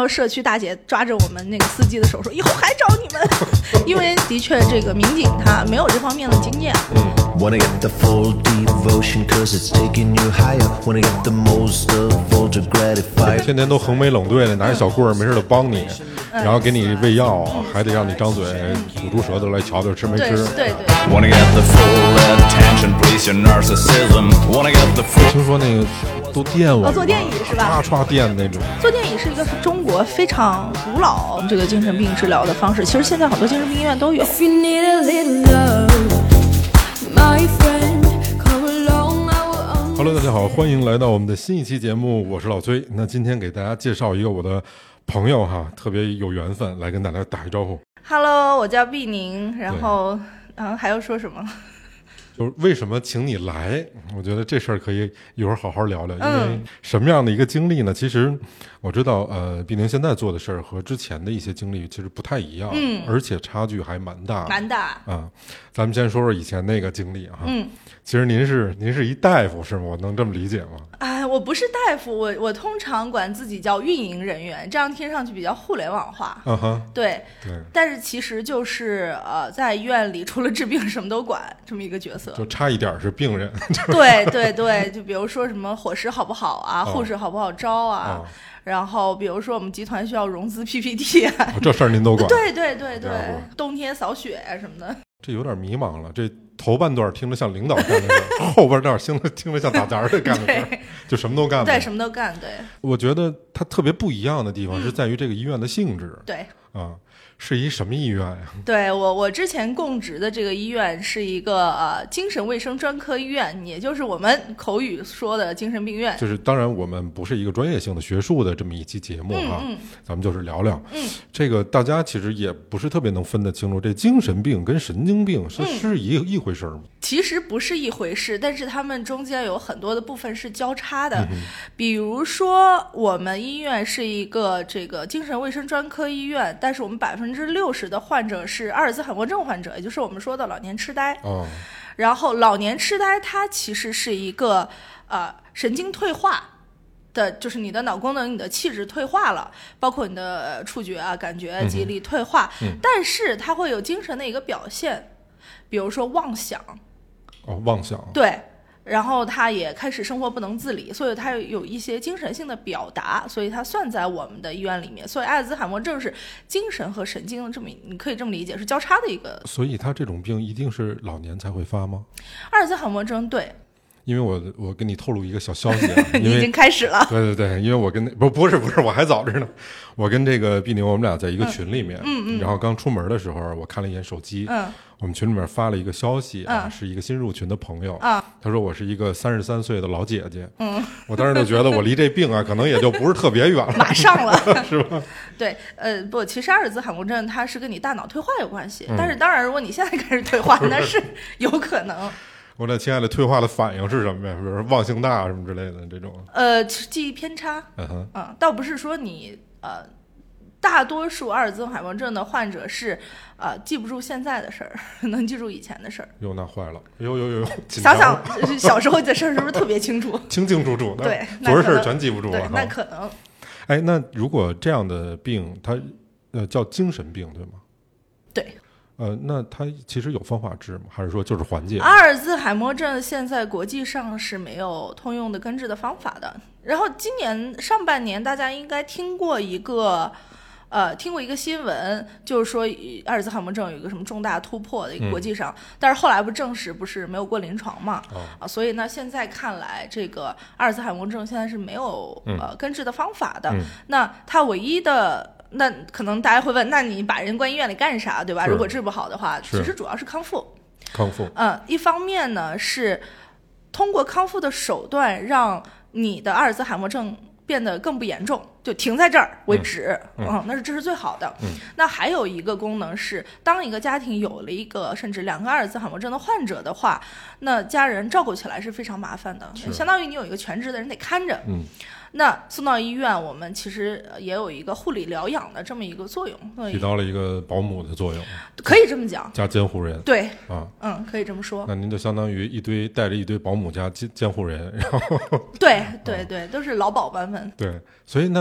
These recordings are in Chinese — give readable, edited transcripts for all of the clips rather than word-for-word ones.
社区大姐抓着我们那个司机的手说以后还找你们因为的确这个民警他没有这方面的经验。 Wanna get the full devotion cause it's taking you higher. Wanna get the most of all to gratify. 天天都横眉冷对的，拿一小棍儿没事就帮你，然后给你喂药，还得让你张嘴吐出舌头来瞧瞧吃没吃。 对。 Wanna get the full attention, please your narcissism. Wanna get the full. 听说那个都电我， 坐电椅是吧？ 歘电那种。 坐电椅是一个中国非常古老这个精神病治疗的方式，其实现在好多精神病医院都有。 If you need a little love, my friend, come along, I will Hello， 大家好，欢迎来到我们的新一期节目，我是老崔。那今天给大家介绍一个我的朋友哈，特别有缘分，来跟大家打一招呼。 Hello， 我叫毕宁，然后还要说什么？ 就是为什么请你来？我觉得这事儿可以一会儿好好聊聊，因为什么样的一个经历呢？其实我知道，毕宁现在做的事儿和之前的一些经历其实不太一样，而且差距还蛮大，啊。咱们先说说以前那个经历啊，其实您是一大夫是吗？我能这么理解吗？ 哎，我不是大夫，我通常管自己叫运营人员，这样听上去比较互联网化。对，但是其实就是在医院里除了治病什么都管这么一个角色， 就差一点是病人。 对，就比如说什么伙食好不好啊，护士好不好招啊。然后比如说我们集团需要融资 PPT 啊， 这事儿您都管。 对，冬天扫雪啊什么的。 这有点迷茫了，这头半段听着像领导干的事儿，后半段听着像打杂的干的事儿，就什么都干。 对，什么都干。对， 我觉得它特别不一样的地方是在于这个医院的性质。 对啊。是一什么医院呀？ 对，我之前供职的这个医院是一个精神卫生专科医院，也就是我们口语说的精神病院。 就是当然我们不是一个专业性的学术的这么一期节目哈，咱们就是聊聊。这个大家其实也不是特别能分得清楚，这精神病跟神经病是一回事吗？ 其实不是一回事，但是他们中间有很多的部分是交叉的。比如说我们医院是一个这个精神卫生专科医院，但是我们60%的患者是阿尔兹海默症患者，也就是我们说的老年痴呆。然后老年痴呆它其实是一个神经退化的，就是你的脑功能、你的气质退化了，包括你的触觉啊、感觉、记忆力退化，但是它会有精神的一个表现，比如说妄想。 妄想。对。 然后他也开始生活不能自理，所以他有一些精神性的表达，所以他算在我们的医院里面。所以阿尔兹海默症是精神和神经的这么，你可以这么理解，是交叉的一个。 所以他这种病一定是老年才会发吗？ 阿尔兹海默症对。 因为我跟你透露一个小消息你已经开始了。 对，因为我跟不是我还早着呢。我跟这个毕宁我们俩在一个群里面，然后刚出门的时候我看了一眼手机，我们群里面发了一个消息是一个新入群的朋友，他说我是一个33岁的老姐姐，我当时就觉得我离这病可能也就不是特别远了， 马上了是吧？ 对，不，其实阿尔兹海默症它是跟你大脑退化有关系，但是当然如果你现在开始退化那是有可能。 我那亲爱的退化的反应是什么呀？比如说忘性大什么之类的这种。 记忆偏差。倒不是说你大多数阿尔兹海默症的患者是记不住现在的事儿，能记住以前的事儿。 哟，那坏了！哟， 想想小时候的事儿是不是特别清楚？ 清清楚楚。 对， 昨儿事儿全记不住了。 对，那可能。 哎，那如果这样的病，它叫精神病，对吗？ 对。 那它其实有方法治吗？还是说就是缓解？ 阿尔兹海默症现在国际上是没有通用的根治的方法的。然后今年上半年大家应该听过一个新闻，就是说阿尔兹海默症有一个什么重大突破的一个国际上，但是后来不证实，不是没有过临床嘛？所以呢，现在看来这个阿尔兹海默症现在是没有根治的方法的。那它唯一的。那可能大家会问，那你把人关医院里干啥，对吧？如果治不好的话，其实主要是康复。一方面呢是通过康复的手段让你的阿尔兹海默症变得更不严重，就停在这儿为止。这是最好的。那还有一个功能是，当一个家庭有了一个甚至2个阿尔兹海默症的患者的话，那家人照顾起来是非常麻烦的，相当于你有一个全职的人得看着。那送到医院，我们其实也有一个护理疗养的这么一个作用， 起到了一个保姆的作用， 可以这么讲， 加监护人。 对可以这么说。 那您就相当于带着一堆保姆加监护人，然后对，都是劳保版本。 对，所以那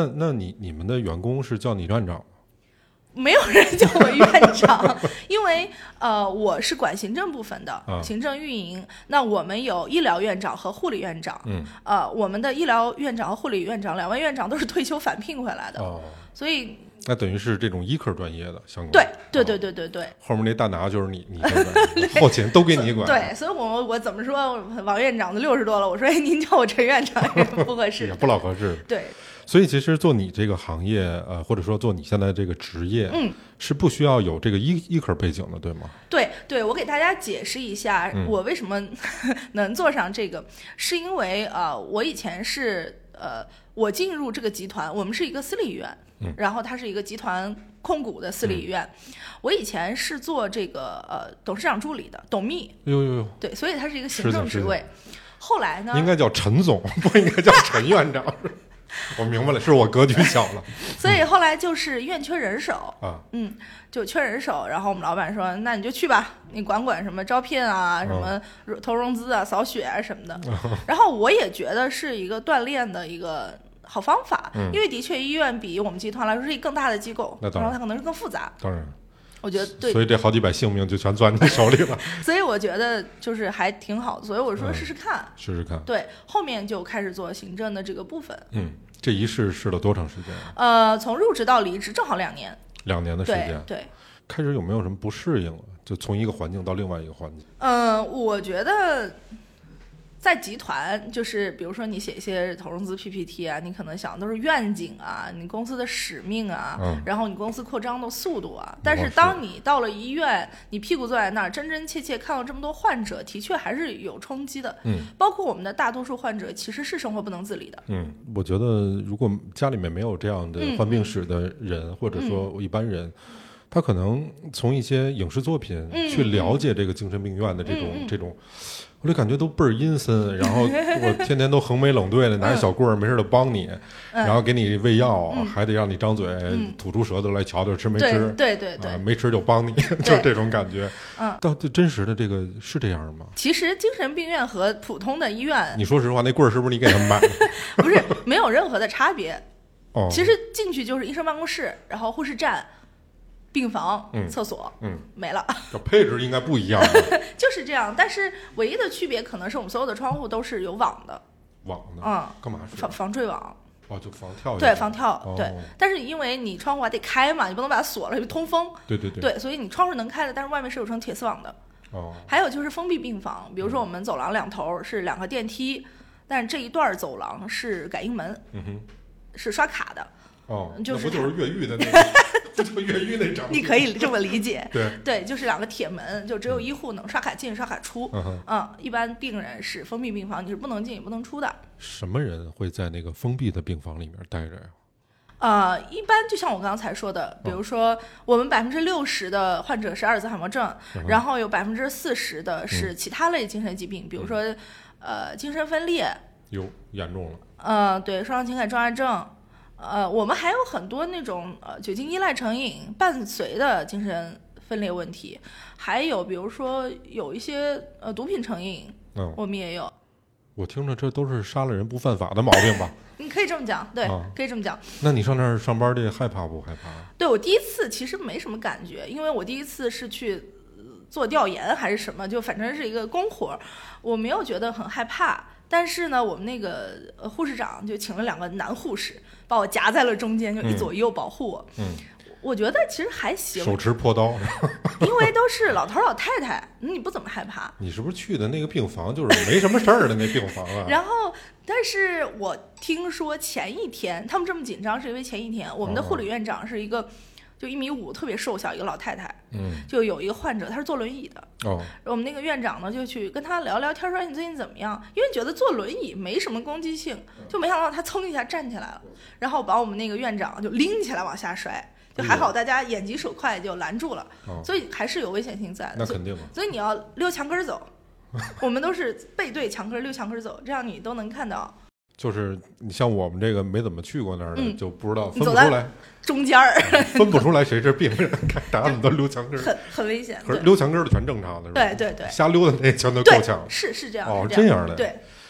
那你们的员工是叫你院长吗？ 没有人叫我院长，因为我是管行政部分的，行政运营。那我们有医疗院长和护理院长，我们的医疗院长和护理院长2位院长都是退休返聘回来的，所以那等于是这种医科专业的相关。 对， 后面那大拿就是你后勤都给你管。 对，所以我怎么说，王院长都60多了，我说您叫我陈院长也不合适， 也不老合适。 对。 所以其实做你这个行业，或者说做你现在这个职业，是不需要有这个医科背景的，对吗？ 对，我给大家解释一下，我为什么能做上这个，是因为我以前是我进入这个集团，我们是一个私立医院，然后它是一个集团控股的私立医院，我以前是做这个董事长助理的，董秘。 呦， 对，所以它是一个行政职位。后来呢？ 应该叫陈总，不应该叫陈院长。我明白了，是我格局小了。 所以后来就是医院缺人手就缺人手，然后我们老板说，那你就去吧，你管什么招聘啊，什么投融资啊，扫血啊什么的。然后我也觉得是一个锻炼的一个好方法，因为的确医院比我们集团来说是一个更大的机构，然后它可能是更复杂。 当然。 我觉得对， 所以这好几百性命就全攥你手里了。 所以我觉得就是还挺好，所以我说试试看， 试试看。 对，后面就开始做行政的这个部分。 这一试了多长时间啊？ 从入职到离职正好2年。 2年的时间。 对。 开始有没有什么不适应了？就从一个环境到另外一个环境。 我觉得。在集团，就是比如说你写一些投融资 PPT 啊，你可能想的都是愿景啊，你公司的使命啊，然后你公司扩张的速度啊。但是当你到了医院，你屁股坐在那儿，真真切切看到这么多患者，的确还是有冲击的。包括我们的大多数患者其实是生活不能自理的。 我觉得如果家里面没有这样的患病史的人，或者说一般人。他可能从一些影视作品去了解这个精神病院的这种，我就感觉都倍儿阴森。然后我天天都横眉冷对的，拿一小棍儿没事的帮你，然后给你喂药，还得让你张嘴吐出舌头来瞧瞧吃没吃。 对， 没吃就帮你，就是这种感觉。到底真实的这个是这样吗？ 其实精神病院和普通的医院， 你说实话，那棍儿是不是你给他们买的？ 不是，没有任何的差别。其实进去就是医生办公室，然后护士站。病房、厕所，没了。 这配置应该不一样， 就是这样。但是唯一的区别可能是我们所有的窗户都是有网的。 网的，干嘛是？ 防坠网。 就防跳。 对，防跳。对，但是因为你窗户还得开嘛，你不能把它锁了，就通风。 对， 所以你窗户是能开的，但是外面是有层铁丝网的。还有就是封闭病房，比如说我们走廊两头是2个电梯，但是这一段走廊是感应门，是刷卡的。就是那不就是越狱的那个，不就越狱那张？ 你可以这么理解。 对， 就是2个铁门，就只有医护能刷卡进刷卡出。一般病人是封闭病房，你是不能进也不能出的。 什么人会在那个封闭的病房里面待着呀？ 一般就像我刚才说的，比如说我们60%的患者是阿尔兹海默症，然后有40%的是其他类精神疾病，比如说精神分裂。 严重了。 对，双向情感障碍症。我们还有很多那种酒精依赖成瘾伴随的精神分裂问题，还有比如说有一些毒品成瘾，我们也有。 我听着这都是杀了人不犯法的毛病吧？ 你可以这么讲，对，可以这么讲。 那你上那儿上班这害怕不害怕？ 对，我第一次其实没什么感觉，因为我第一次是去做调研还是什么，就反正是一个工活，我没有觉得很害怕。但是呢，我们那个护士长就请了2个男护士，把我夹在了中间，就一左一右保护我。我觉得其实还行， 手持破刀， 因为都是老头老太太，你不怎么害怕。 你是不是去的那个病房就是没什么事儿的那病房啊？ 然后，但是我听说前一天他们这么紧张，是因为前一天我们的护理院长是一个就1.5米，特别瘦小一个老太太，就有一个患者，他是坐轮椅的，我们那个院长呢就去跟他聊聊天，说你最近怎么样？因为觉得坐轮椅没什么攻击性，就没想到他噌一下站起来了，然后把我们那个院长就拎起来往下摔，就还好大家眼疾手快就拦住了，所以还是有危险性在的。 那肯定啊， 所以你要溜墙根走，我们都是背对墙根溜墙根走，这样你都能看到。 就是你像我们这个没怎么去过那儿的，就不知道分不出来中间儿分不出来谁是病人，大家怎么都溜墙根儿， 很危险。 可是溜墙根儿的全正常的，是吧？ 对， 瞎溜的那全都够呛。 是这样。 这样的。 对。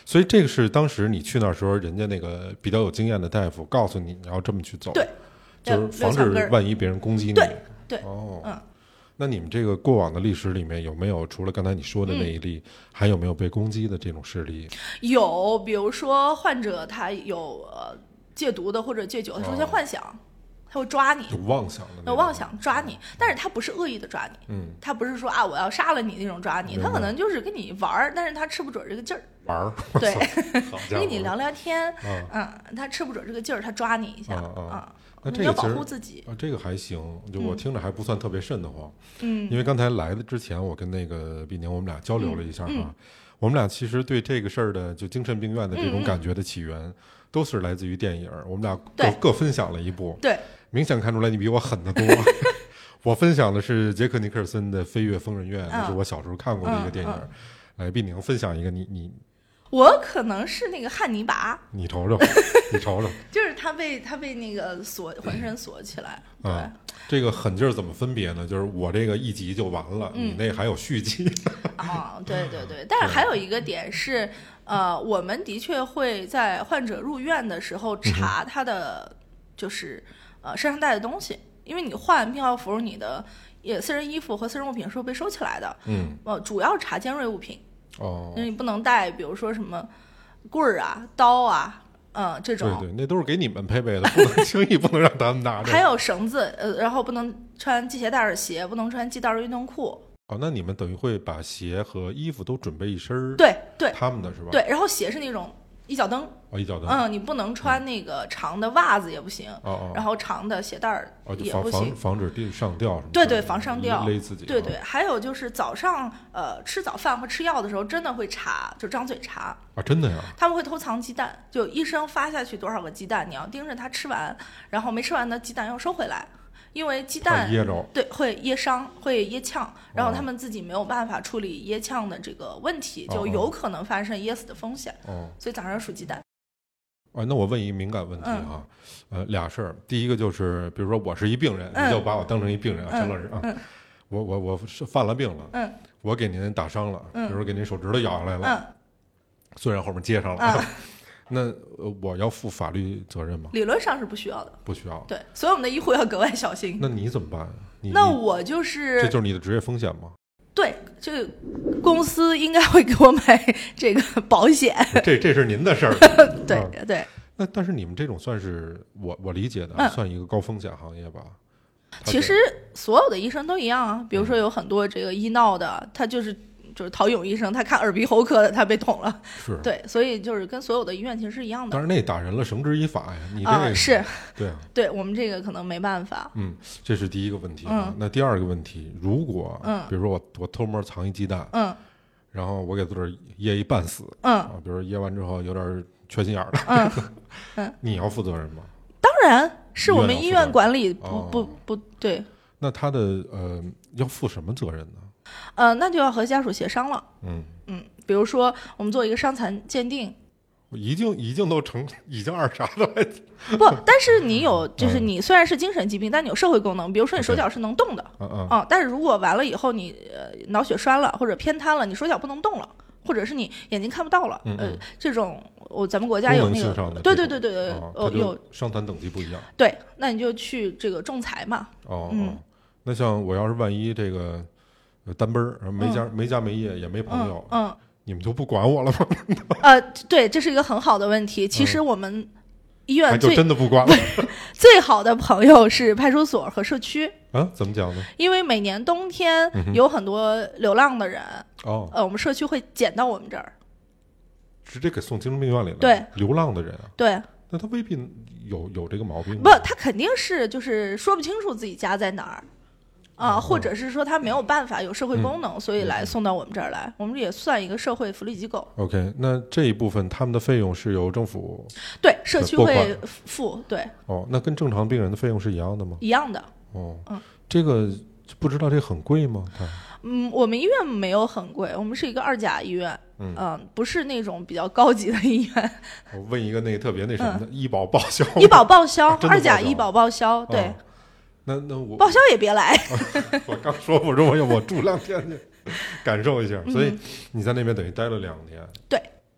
所以这个是当时你去那儿时候，人家那个比较有经验的大夫告诉你你要这么去走， 对， 就是防止万一别人攻击你。 对， 哦，那你们这个过往的历史里面有没有除了刚才你说的那一例，还有没有被攻击的这种事例？ 有，比如说患者他有戒毒的或者戒酒，他出现幻想。他会抓你， 有妄想的， 有妄想抓你，但是他不是恶意的抓你，他不是说我要杀了你那种抓你，他可能就是跟你玩儿，但是他吃不准这个劲儿， 玩儿， 对，跟你聊聊天，他吃不准这个劲儿，他抓你一下， 那这个你要保护自己， 这个还行，就我听着还不算特别瘆得慌，因为刚才来的之前，我跟那个毕宁我们俩交流了一下哈，我们俩其实对这个事儿的就精神病院的这种感觉的起源，都是来自于电影，我们俩各分享了一部， 对。 明显看出来你比我狠得多。我分享的是杰克尼克尔森的《飞越疯人院》，那是我小时候看过的一个电影。来，毕宁分享一个你。 我可能是那个汉尼拔。 你瞅瞅，你瞅瞅。 就是他被那个浑身锁起来。对， 这个狠劲儿怎么分别呢？就是我这个一集就完了，你那还有续集。 对。但是还有一个点是，我们的确会在患者入院的时候查他的就是身上带的东西，因为你换病号服，你的私人衣服和私人物品是会被收起来的。主要查尖锐物品。因为你不能带，比如说什么棍儿啊、刀啊，这种。 对，那都是给你们配备的，不能轻易不能让他们拿着。 还有系子，然后不能穿系鞋带的鞋，不能穿系带的运动裤。 那你们等于会把鞋和衣服都准备一身？ 对， 他们的是吧？ 对，然后鞋是那种一脚蹬。 一脚蹬。 你不能穿那个长的袜子也不行。然后长的鞋带也不行。 防止地上吊什么。 对，防上吊。 勒自己。 对，还有就是早上吃早饭和吃药的时候，真的会查，就张嘴查。 真的呀？ 他们会偷藏鸡蛋，就医生发下去多少个鸡蛋，你要盯着他吃完，然后没吃完的鸡蛋要收回来。因为鸡蛋噎着， 对，会噎伤，会噎呛，然后他们自己没有办法处理噎呛的这个问题，就有可能发生噎死的风险。所以早上要数鸡蛋。 那我问一敏感问题哈，俩事儿，第一个就是，比如说我是一病人，你就把我当成一病人陈老师啊，我是犯了病了，我给您打伤了，比如说给您手指头咬下来了，虽然后面接上了。那我要负法律责任吗？ 理论上是不需要的， 不需要。 对，所以我们的医护要格外小心。 那你怎么办？ 那我就是这就是你的职业风险吗？ 对，这个公司应该会给我买这个保险。 这是您的事儿。 对。 那但是你们这种算是我理解的，算一个高风险行业吧？ 其实所有的医生都一样啊，比如说有很多这个医闹的，他就是陶勇医生，他看耳鼻喉科的，他被捅了， 是对，所以就是跟所有的医院其实是一样的。 当然那打人了，绳之以法呀，你这个是， 对我们这个可能没办法。 这是第一个问题。那第二个问题，如果比如说我偷摸藏一鸡蛋，然后我给自个儿噎一半死，比如说噎完之后有点缺心眼了，你要负责任吗？ 当然是我们医院管理不对。 那他的要负什么责任呢？ 那就要和家属协商了。比如说我们做一个伤残鉴定， 已经都成已经二茬了。 不，但是你有就是你虽然是精神疾病，但你有社会功能，比如说你手脚是能动的，但是如果完了以后你脑血栓了或者偏瘫了，你手脚不能动了，或者是你眼睛看不到了，这种咱们国家有那个对，有伤残等级不一样。 对，那你就去这个仲裁嘛。 那像我要是万一这个单奔儿没家没业也没朋友，你们就不管我了吗？ 对，这是一个很好的问题。其实我们医院就真的不管了。 最好的朋友是派出所和社区。 怎么讲呢？ 因为每年冬天有很多流浪的人，我们社区会捡到我们这儿， 直接给送精神病院里了。 对， 流浪的人啊。 对。 那他未必有这个毛病。 不，他肯定是就是说不清楚自己家在哪儿。或者是说他没有办法有社会功能，所以来送到我们这儿来。我们也算一个社会福利机构。 OK， 那这一部分他们的费用是由政府对社区会付。对。 那跟正常病人的费用是一样的吗？ 一样的。 这个不知道这个很贵吗？ 我们医院没有很贵，我们是一个2甲医院，不是那种比较高级的医院。 我问一个那个特别那什么的，医保报销。 医保报销，2甲医保报销，对。 那我报销也别来。 我刚说不中，我住2天去感受一下。所以你在那边等于待了2天。 对。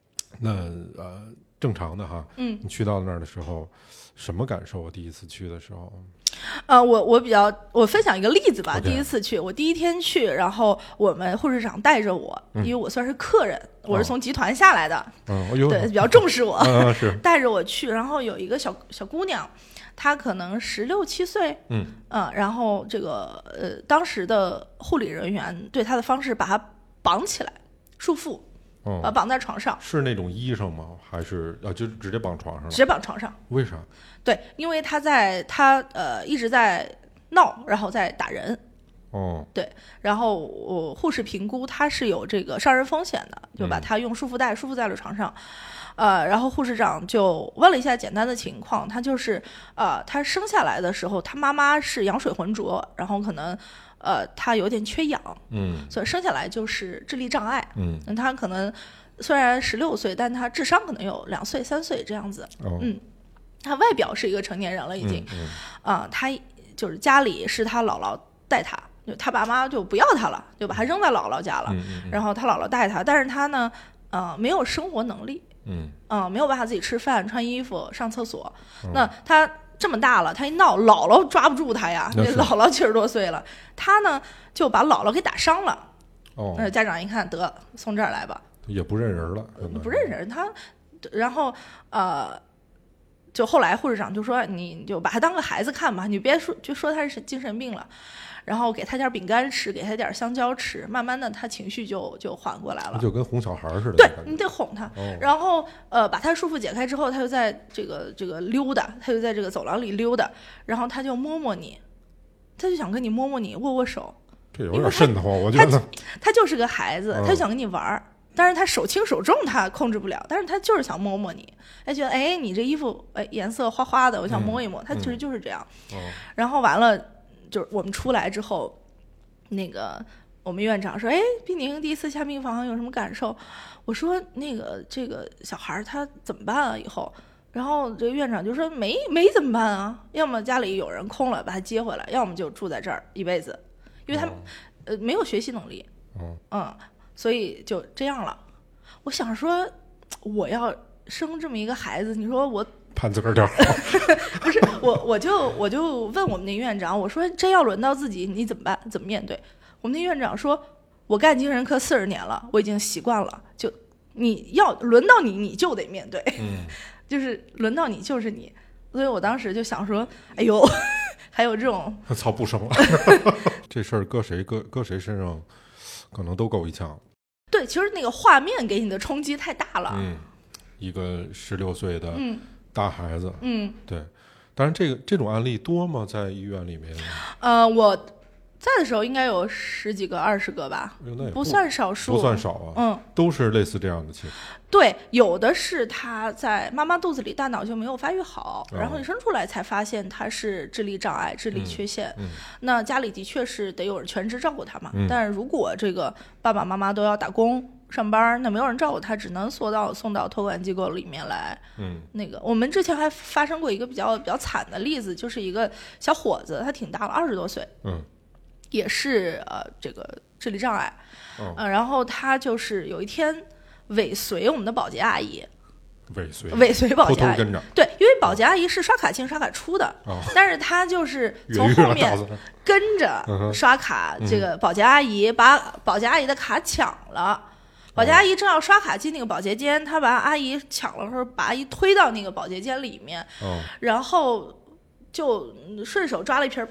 那正常的哈，你去到那儿的时候，什么感受？我第一次去的时候， 我分享一个例子吧。 Okay. 第一次去，我第一天去，然后我们护士长带着我，因为我算是客人，我是从集团下来的，对，比较重视我， 是带着我去，然后有一个小姑娘，她可能16、17岁，然后这个当时的护理人员对她的方式把她绑起来，束缚，把绑在床上。 是那种衣裳吗？还是就直接绑床上了？ 直接绑床上。 为啥？ 对，因为她一直在闹，然后在打人。对，然后我护士评估她是有这个伤人风险的，就把她用束缚带束缚在了床上。然后护士长就问了一下简单的情况，她就是她生下来的时候，她妈妈是羊水浑浊，然后可能她有点缺氧，所以生下来就是智力障碍，她可能虽然16岁，但她智商可能有2岁、3岁这样子，她外表是一个成年人了已经，她就是家里是她姥姥带她。就他爸妈就不要他了，就把他扔在姥姥家了，然后他姥姥带他，但是他呢，没有生活能力，没有办法自己吃饭、穿衣服、上厕所。那他这么大了，他一闹，姥姥抓不住他呀，那姥姥70多岁了，他呢就把姥姥给打伤了。家长一看，得送这儿来吧， 也不认人了， 不认人他，然后就后来护士长就说，你就把他当个孩子看吧，你别说他是精神病了。然后给他点饼干吃，给他点香蕉吃，慢慢的他情绪就缓过来了， 就跟哄小孩似的。 对，你得哄他。然后把他束缚解开之后，他就在这个溜达，他就在这个走廊里溜达，然后他就摸摸你，他就想跟你摸摸你，握握手。 这有点瘆得慌，我觉得。 他就是个孩子，他就想跟你玩，但是他手轻手重，他控制不了，但是他就是想摸摸你，觉得你这衣服颜色花花的，我想摸一摸，他其实就是这样。然后完了。就是我们出来之后，那个我们院长说：“冰宁第一次下病房有什么感受？”我说：“这个小孩他怎么办啊？以后？”然后这个院长就说：“没怎么办啊？要么家里有人空了把他接回来，要么就住在这儿一辈子，因为他没有学习能力，所以就这样了。”我想说，我要生这么一个孩子，你说我。 盼自个儿点好， 不是我就问我们那院长，我说真要轮到自己，你怎么办？怎么面对？我们那院长说，我干精神科40年了，我已经习惯了，就你要轮到你，你就得面对，就是轮到你就是你，所以我当时就想说，哎呦，还有这种操不生了，这事儿搁谁身上，可能都够一呛。 对，其实那个画面给你的冲击太大了， 一个16岁的。大孩子，对，当然这种案例多吗？在医院里面？ 我在的时候应该有10几个、20个吧，不算少数， 不算少啊，都是类似这样的情况。 对，有的是他在妈妈肚子里大脑就没有发育好，然后你生出来才发现他是智力障碍、智力缺陷，那家里的确是得有人全职照顾他嘛，但是如果这个爸爸妈妈都要打工上班，那没有人照顾他，只能送到托管机构里面来。那个我们之前还发生过一个比较惨的例子，就是一个小伙子，他挺大了，20多岁，也是这个智力障碍，然后他就是有一天尾随我们的保洁阿姨。尾随保洁阿姨， 偷跟着。 对，因为保洁阿姨是刷卡进刷卡出的，但是他就是从后面跟着刷卡，这个保洁阿姨把保洁阿姨的卡抢了。保洁阿姨正要刷卡进那个保洁间，他把阿姨抢了时候，把阿姨推到那个保洁间里面，然后就顺手抓了一瓶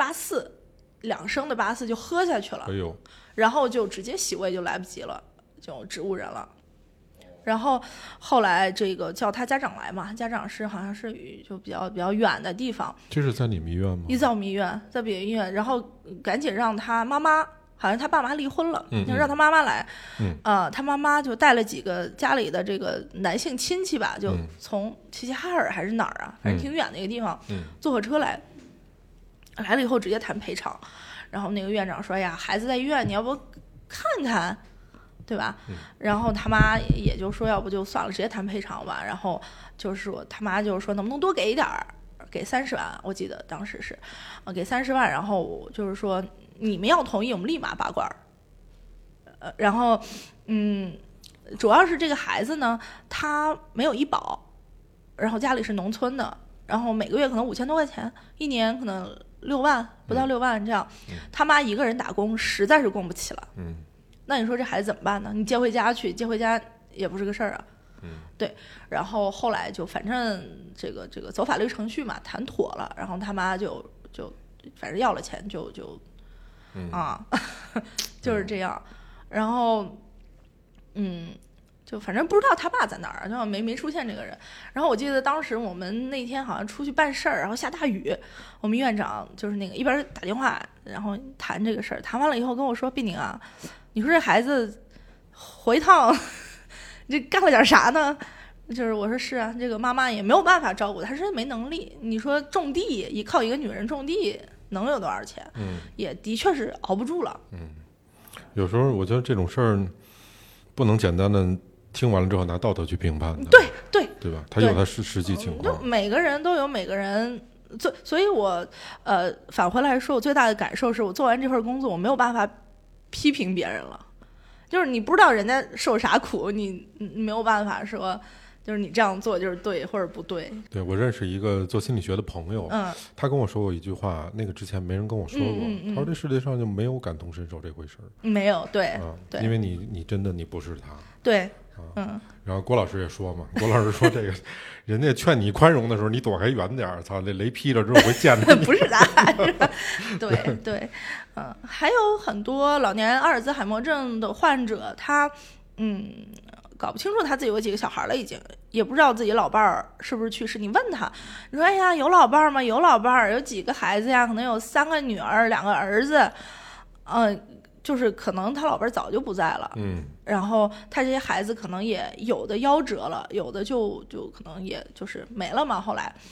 84，2升的84就喝下去了，然后就直接洗胃就来不及了，就植物人了。然后后来这个叫他家长来嘛，家长是好像是就比较远的地方。 这是在你们医院吗？ 在我们医院，在别的医院，然后赶紧让他妈妈。好像他爸妈离婚了，就让他妈妈来。他妈妈就带了几个家里的这个男性亲戚吧，就从齐齐哈尔还是哪儿啊，反正挺远的一个地方，坐火车来了以后直接谈赔偿。然后那个院长说：“呀，孩子在医院，你要不看看，对吧？”然后他妈也就说：“要不就算了，直接谈赔偿吧。”然后就是说他妈就是说能不能多给一点儿，给30万，我记得当时是，给30万，然后就是说。你们要同意，我们立马拔罐。然后， 主要是这个孩子呢，他没有医保，然后家里是农村的，然后每个月可能5000多块钱，一年可能6万不到6万这样，他妈一个人打工实在是供不起了。那你说这孩子怎么办呢？你接回家去，接回家也不是个事儿啊。对，然后后来就反正这个走法律程序嘛，谈妥了，然后他妈就反正要了钱就就是这样，然后就反正不知道他爸在哪儿，就没出现这个人。然后我记得当时我们那天好像出去办事儿，然后下大雨，我们院长就是那个一边打电话，然后谈这个事儿，谈完了以后跟我说：“碧宁啊，你说这孩子回一趟，这干了点啥呢？”就是我说是啊，这个妈妈也没有办法照顾，她是没能力。你说种地，依靠一个女人种地能有多少钱？也的确是熬不住了。 有时候我觉得这种事儿不能简单的听完了之后拿道德去评判的，对吧？他有他实际情况， 就每个人都有每个人。所以我返回来说，我最大的感受是我做完这份工作，我没有办法批评别人了。就是你不知道人家受啥苦，你没有办法说，就是你这样做就是对或者不对。 对，我认识一个做心理学的朋友，他跟我说过一句话，那个之前没人跟我说过，他说这世界上就没有感同身受这回事儿。 没有，对， 因为你真的你不是他。 对。 然后郭老师也说嘛，郭老师说这个人家劝你宽容的时候，你躲开远点儿，操，这雷劈了之后会见着你。 不是咱，对，还有很多老年阿尔兹海默症的患者，他搞不清楚他自己有几个小孩了，已经也不知道自己老伴儿是不是去世。你问他，你说哎呀有老伴儿吗？有老伴儿，有几个孩子呀？可能有3个女儿2个儿子，就是可能他老伴儿早就不在了，然后他这些孩子可能也有的夭折了，有的就可能也就是没了嘛。后来，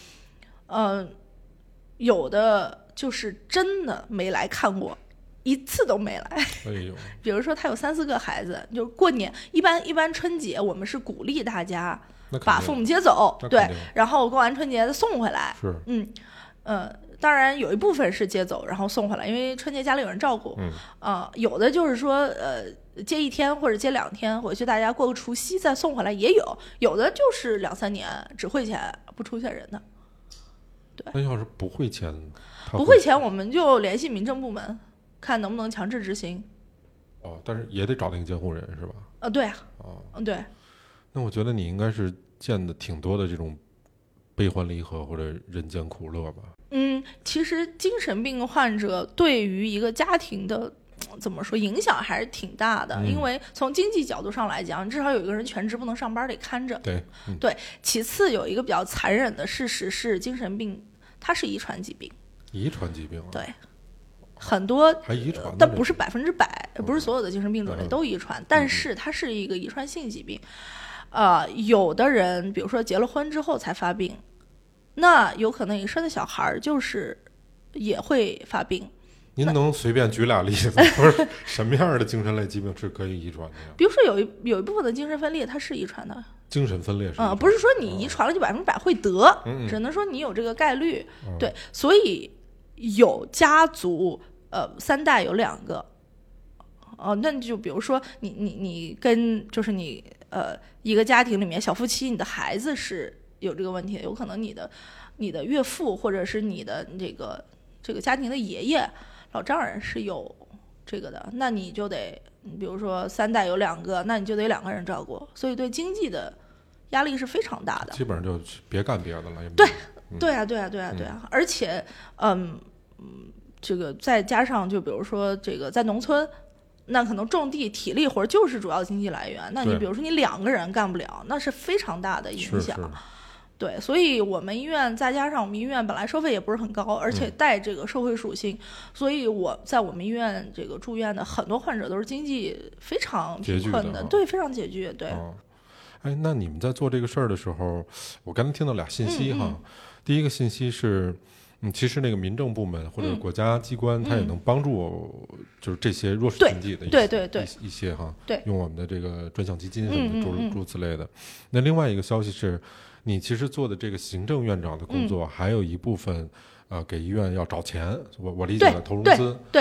有的就是真的没来看过，一次都没来。 哎呦， 比如说他有3、4个孩子，就是过年一般春节我们是鼓励大家把父母接走，对，然后过完春节再送回来。 是， 当然有一部分是接走然后送回来，因为春节家里有人照顾。有的就是说接1天或者接2天回去，大家过个除夕再送回来也有，有的就是2、3年只汇钱不出现人的。对， 那要是不汇钱， 不汇钱我们就联系民政部门，看能不能强制执行。 但是也得找那个监护人是吧？ 对啊。对。 那我觉得你应该是见的挺多的这种悲欢离合或者人间苦乐吧？ 其实精神病患者对于一个家庭的怎么说影响还是挺大的，因为从经济角度上来讲，至少有一个人全职不能上班得看着。对。其次有一个比较残忍的事实是，精神病它是遗传疾病。 遗传疾病？ 对。很多还遗传， 但不是100%，不是所有的精神病种类都遗传，但是它是一个遗传性疾病。有的人比如说结了婚之后才发病，那有可能你生的小孩就是也会发病。 您能随便举俩例子？不是什么样的精神类疾病是可以遗传的呀？ 比如说有一部分的精神分裂它是遗传的。精神分裂是不是说你遗传了就100%会得，只能说你有这个概率。对，所以有家族3代有2个，那就比如说你跟就是你一个家庭里面小夫妻，你的孩子是有这个问题的，有可能你的岳父或者是你的这个家庭的爷爷老丈人是有这个的，那你就得比如说3代有2个，那你就得2个人照顾，所以对经济的压力是非常大的。 基本上就别干别的了。 对啊，而且这个再加上就比如说这个在农村，那可能种地体力活就是主要经济来源，那你比如说你2个人干不了，那是非常大的影响。对，所以我们医院再加上我们医院本来收费也不是很高，而且带这个社会属性，所以我在我们医院这个住院的很多患者都是经济非常贫困的，对，非常拮据。对。 那你们在做这个事儿的时候，我刚才听到俩信息哈。第一个信息是，其实那个民政部门或者国家机关，它也能帮助，就是这些弱势群体的一些哈，用我们的这个专项基金什么的诸如此类的。那另外一个消息是，你其实做的这个行政院长的工作，还有一部分给医院要找钱，我理解了投融资。对。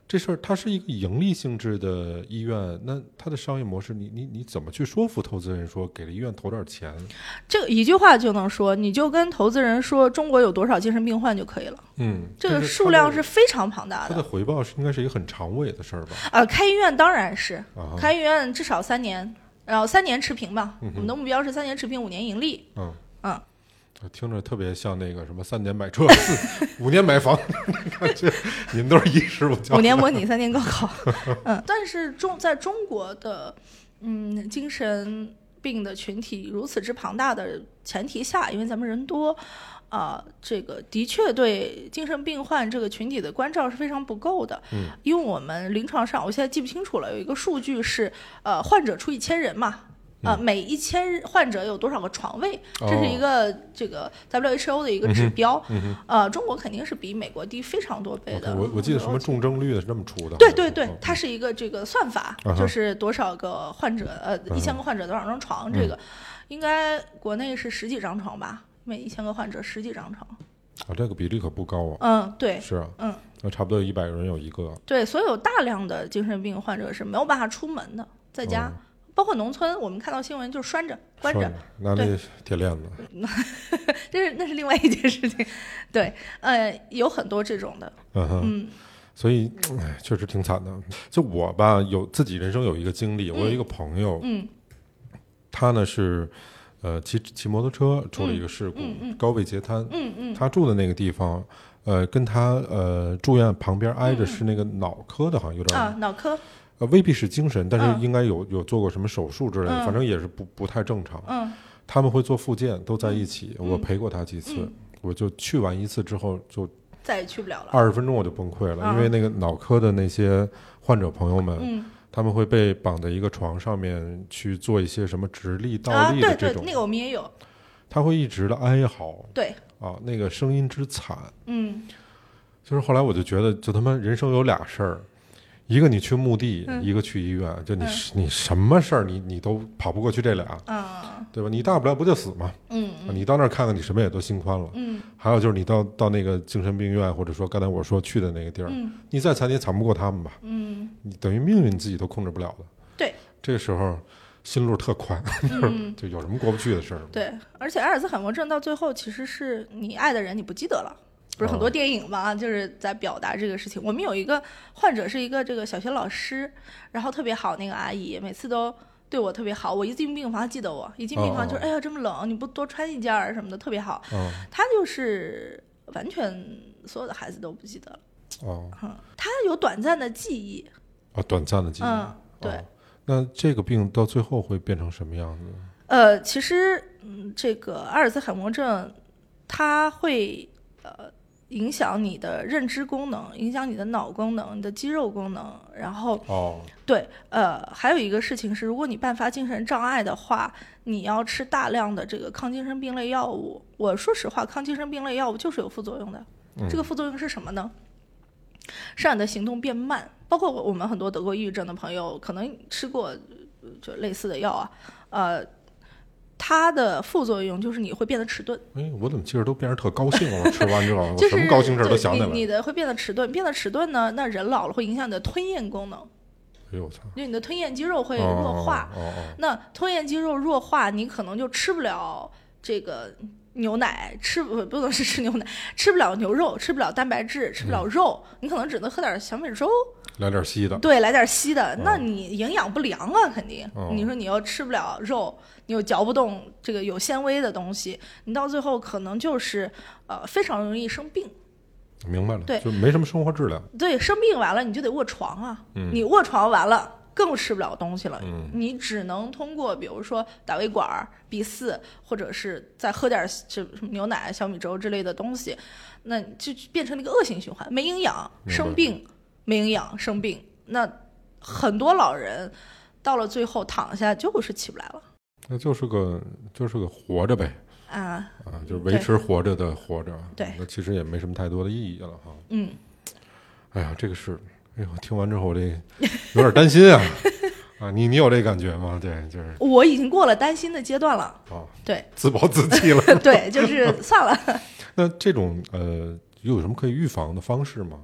这事儿它是一个盈利性质的医院，那它的商业模式，你怎么去说服投资人说给了医院投点钱？ 这个一句话就能说，你就跟投资人说中国有多少精神病患就可以了。这个数量是非常庞大的。 它的回报应该是一个很长尾的事儿吧？ 开医院当然是，开医院至少3年，然后3年持平吧。我们的目标是3年持平，5年盈利。 听着特别像那个什么3年买车，5年买房，感觉你们都是衣食不教。 5年模拟3年高考。但是在中国的精神病的群体如此之庞大的前提下，因为咱们人多。这个的确对精神病患这个群体的关照是非常不够的。因为我们临床上，我现在记不清楚了，有一个数据是，患者除以1000人嘛，每1000患者有多少个床位，这是一个这个 WHO 的一个指标。中国肯定是比美国低非常多倍的。 我记得什么重症率是这么出的。 对，它是一个这个算法，就是多少个患者，1000个患者多少张床，这个应该国内是10几张床吧。每1000个患者10几张床， 这个比例可不高啊。 对， 是啊，那差不多100个人有1个。 对，所以有大量的精神病患者是没有办法出门的，在家，包括农村，我们看到新闻就是拴着、关着， 拿那铁链子。 那是另外一件事情。对，有很多这种的。 所以确实挺惨的。就我吧，自己人生有一个经历，我有一个朋友，他呢是。骑摩托车出了一个事故，高位截瘫。他住的那个地方，跟他住院旁边挨着是那个脑科的，好像有点脑科， 未必是精神，但是应该有做过什么手术之类的，反正也是不太正常。他们会做复健，都在一起。我陪过他几次，我就去完一次之后就再也去不了了。 20分钟我就崩溃了，因为那个脑科的那些患者朋友们。他们会被绑在一个床上面去做一些什么直立倒立的这种， 那个我们也有。 他会一直的哀嚎， 对那个声音之惨，就是后来我就觉得，就他妈人生有俩事儿，一个你去墓地，一个去医院，就你什么事儿你都跑不过去这俩，对吧？你大不了不就死吗？你到那儿看看，你什么也都心宽了。还有就是你到那个精神病院，或者说刚才我说去的那个地儿，你再惨你也惨不过他们吧？你等于命运你自己都控制不了了。 对， 这个时候心路特宽，就有什么过不去的事儿。 对，而且阿尔兹海默症到最后其实是你爱的人你不记得了。不是很多电影嘛，就是在表达这个事情。我们有一个患者是一个这个小学老师，然后特别好，那个阿姨每次都对我特别好。我一进病房，她记得我，一进病房就是哎呀这么冷，你不多穿一件儿什么的，特别好。她就是完全所有的孩子都不记得了。她有短暂的记忆。 短暂的记忆。 对。 那这个病到最后会变成什么样子？ 其实这个阿尔兹海默症，它会影响你的认知功能，影响你的脑功能，你的肌肉功能。然后对，还有一个事情是，如果你伴发精神障碍的话，你要吃大量的这个抗精神病类药物。我说实话，抗精神病类药物就是有副作用的。这个副作用是什么呢？是让你的行动变慢。包括我们很多得过抑郁症的朋友，可能吃过就类似的药它的副作用就是你会变得迟钝。 我怎么记着都变成特高兴了？吃完之后， 就是什么高兴事都想起来了。 你的会变得迟钝，变得迟钝呢，那人老了会影响你的吞咽功能。 哎呦我操！ 因为你的吞咽肌肉会弱化。那吞咽肌肉弱化，你可能就吃不了这个牛奶，不能是吃牛奶，吃不了牛肉，吃不了蛋白质，吃不了肉，你可能只能喝点小米粥。 来点稀的， 对，来点稀的，那你营养不良啊，肯定。你说你又吃不了肉，你又嚼不动这个有纤维的东西，你到最后可能就是非常容易生病。 明白了， 对， 就没什么生活质量。 对，生病完了你就得卧床啊，你卧床完了更吃不了东西了，你只能通过比如说打胃管、鼻饲，或者是再喝点牛奶、小米粥之类的东西，那就变成了一个恶性循环，没营养，生病。没营养生病，那很多老人到了最后躺下就是起不来了， 那就是个活着呗就是维持活着的活着。 对， 那其实也没什么太多的意义了哈。哎呀，这个是，听完之后我这有点担心啊。你有这感觉吗？对，就是我已经过了担心的阶段了。对， 自暴自弃了。 对，就是算了。 那这种有什么可以预防的方式吗？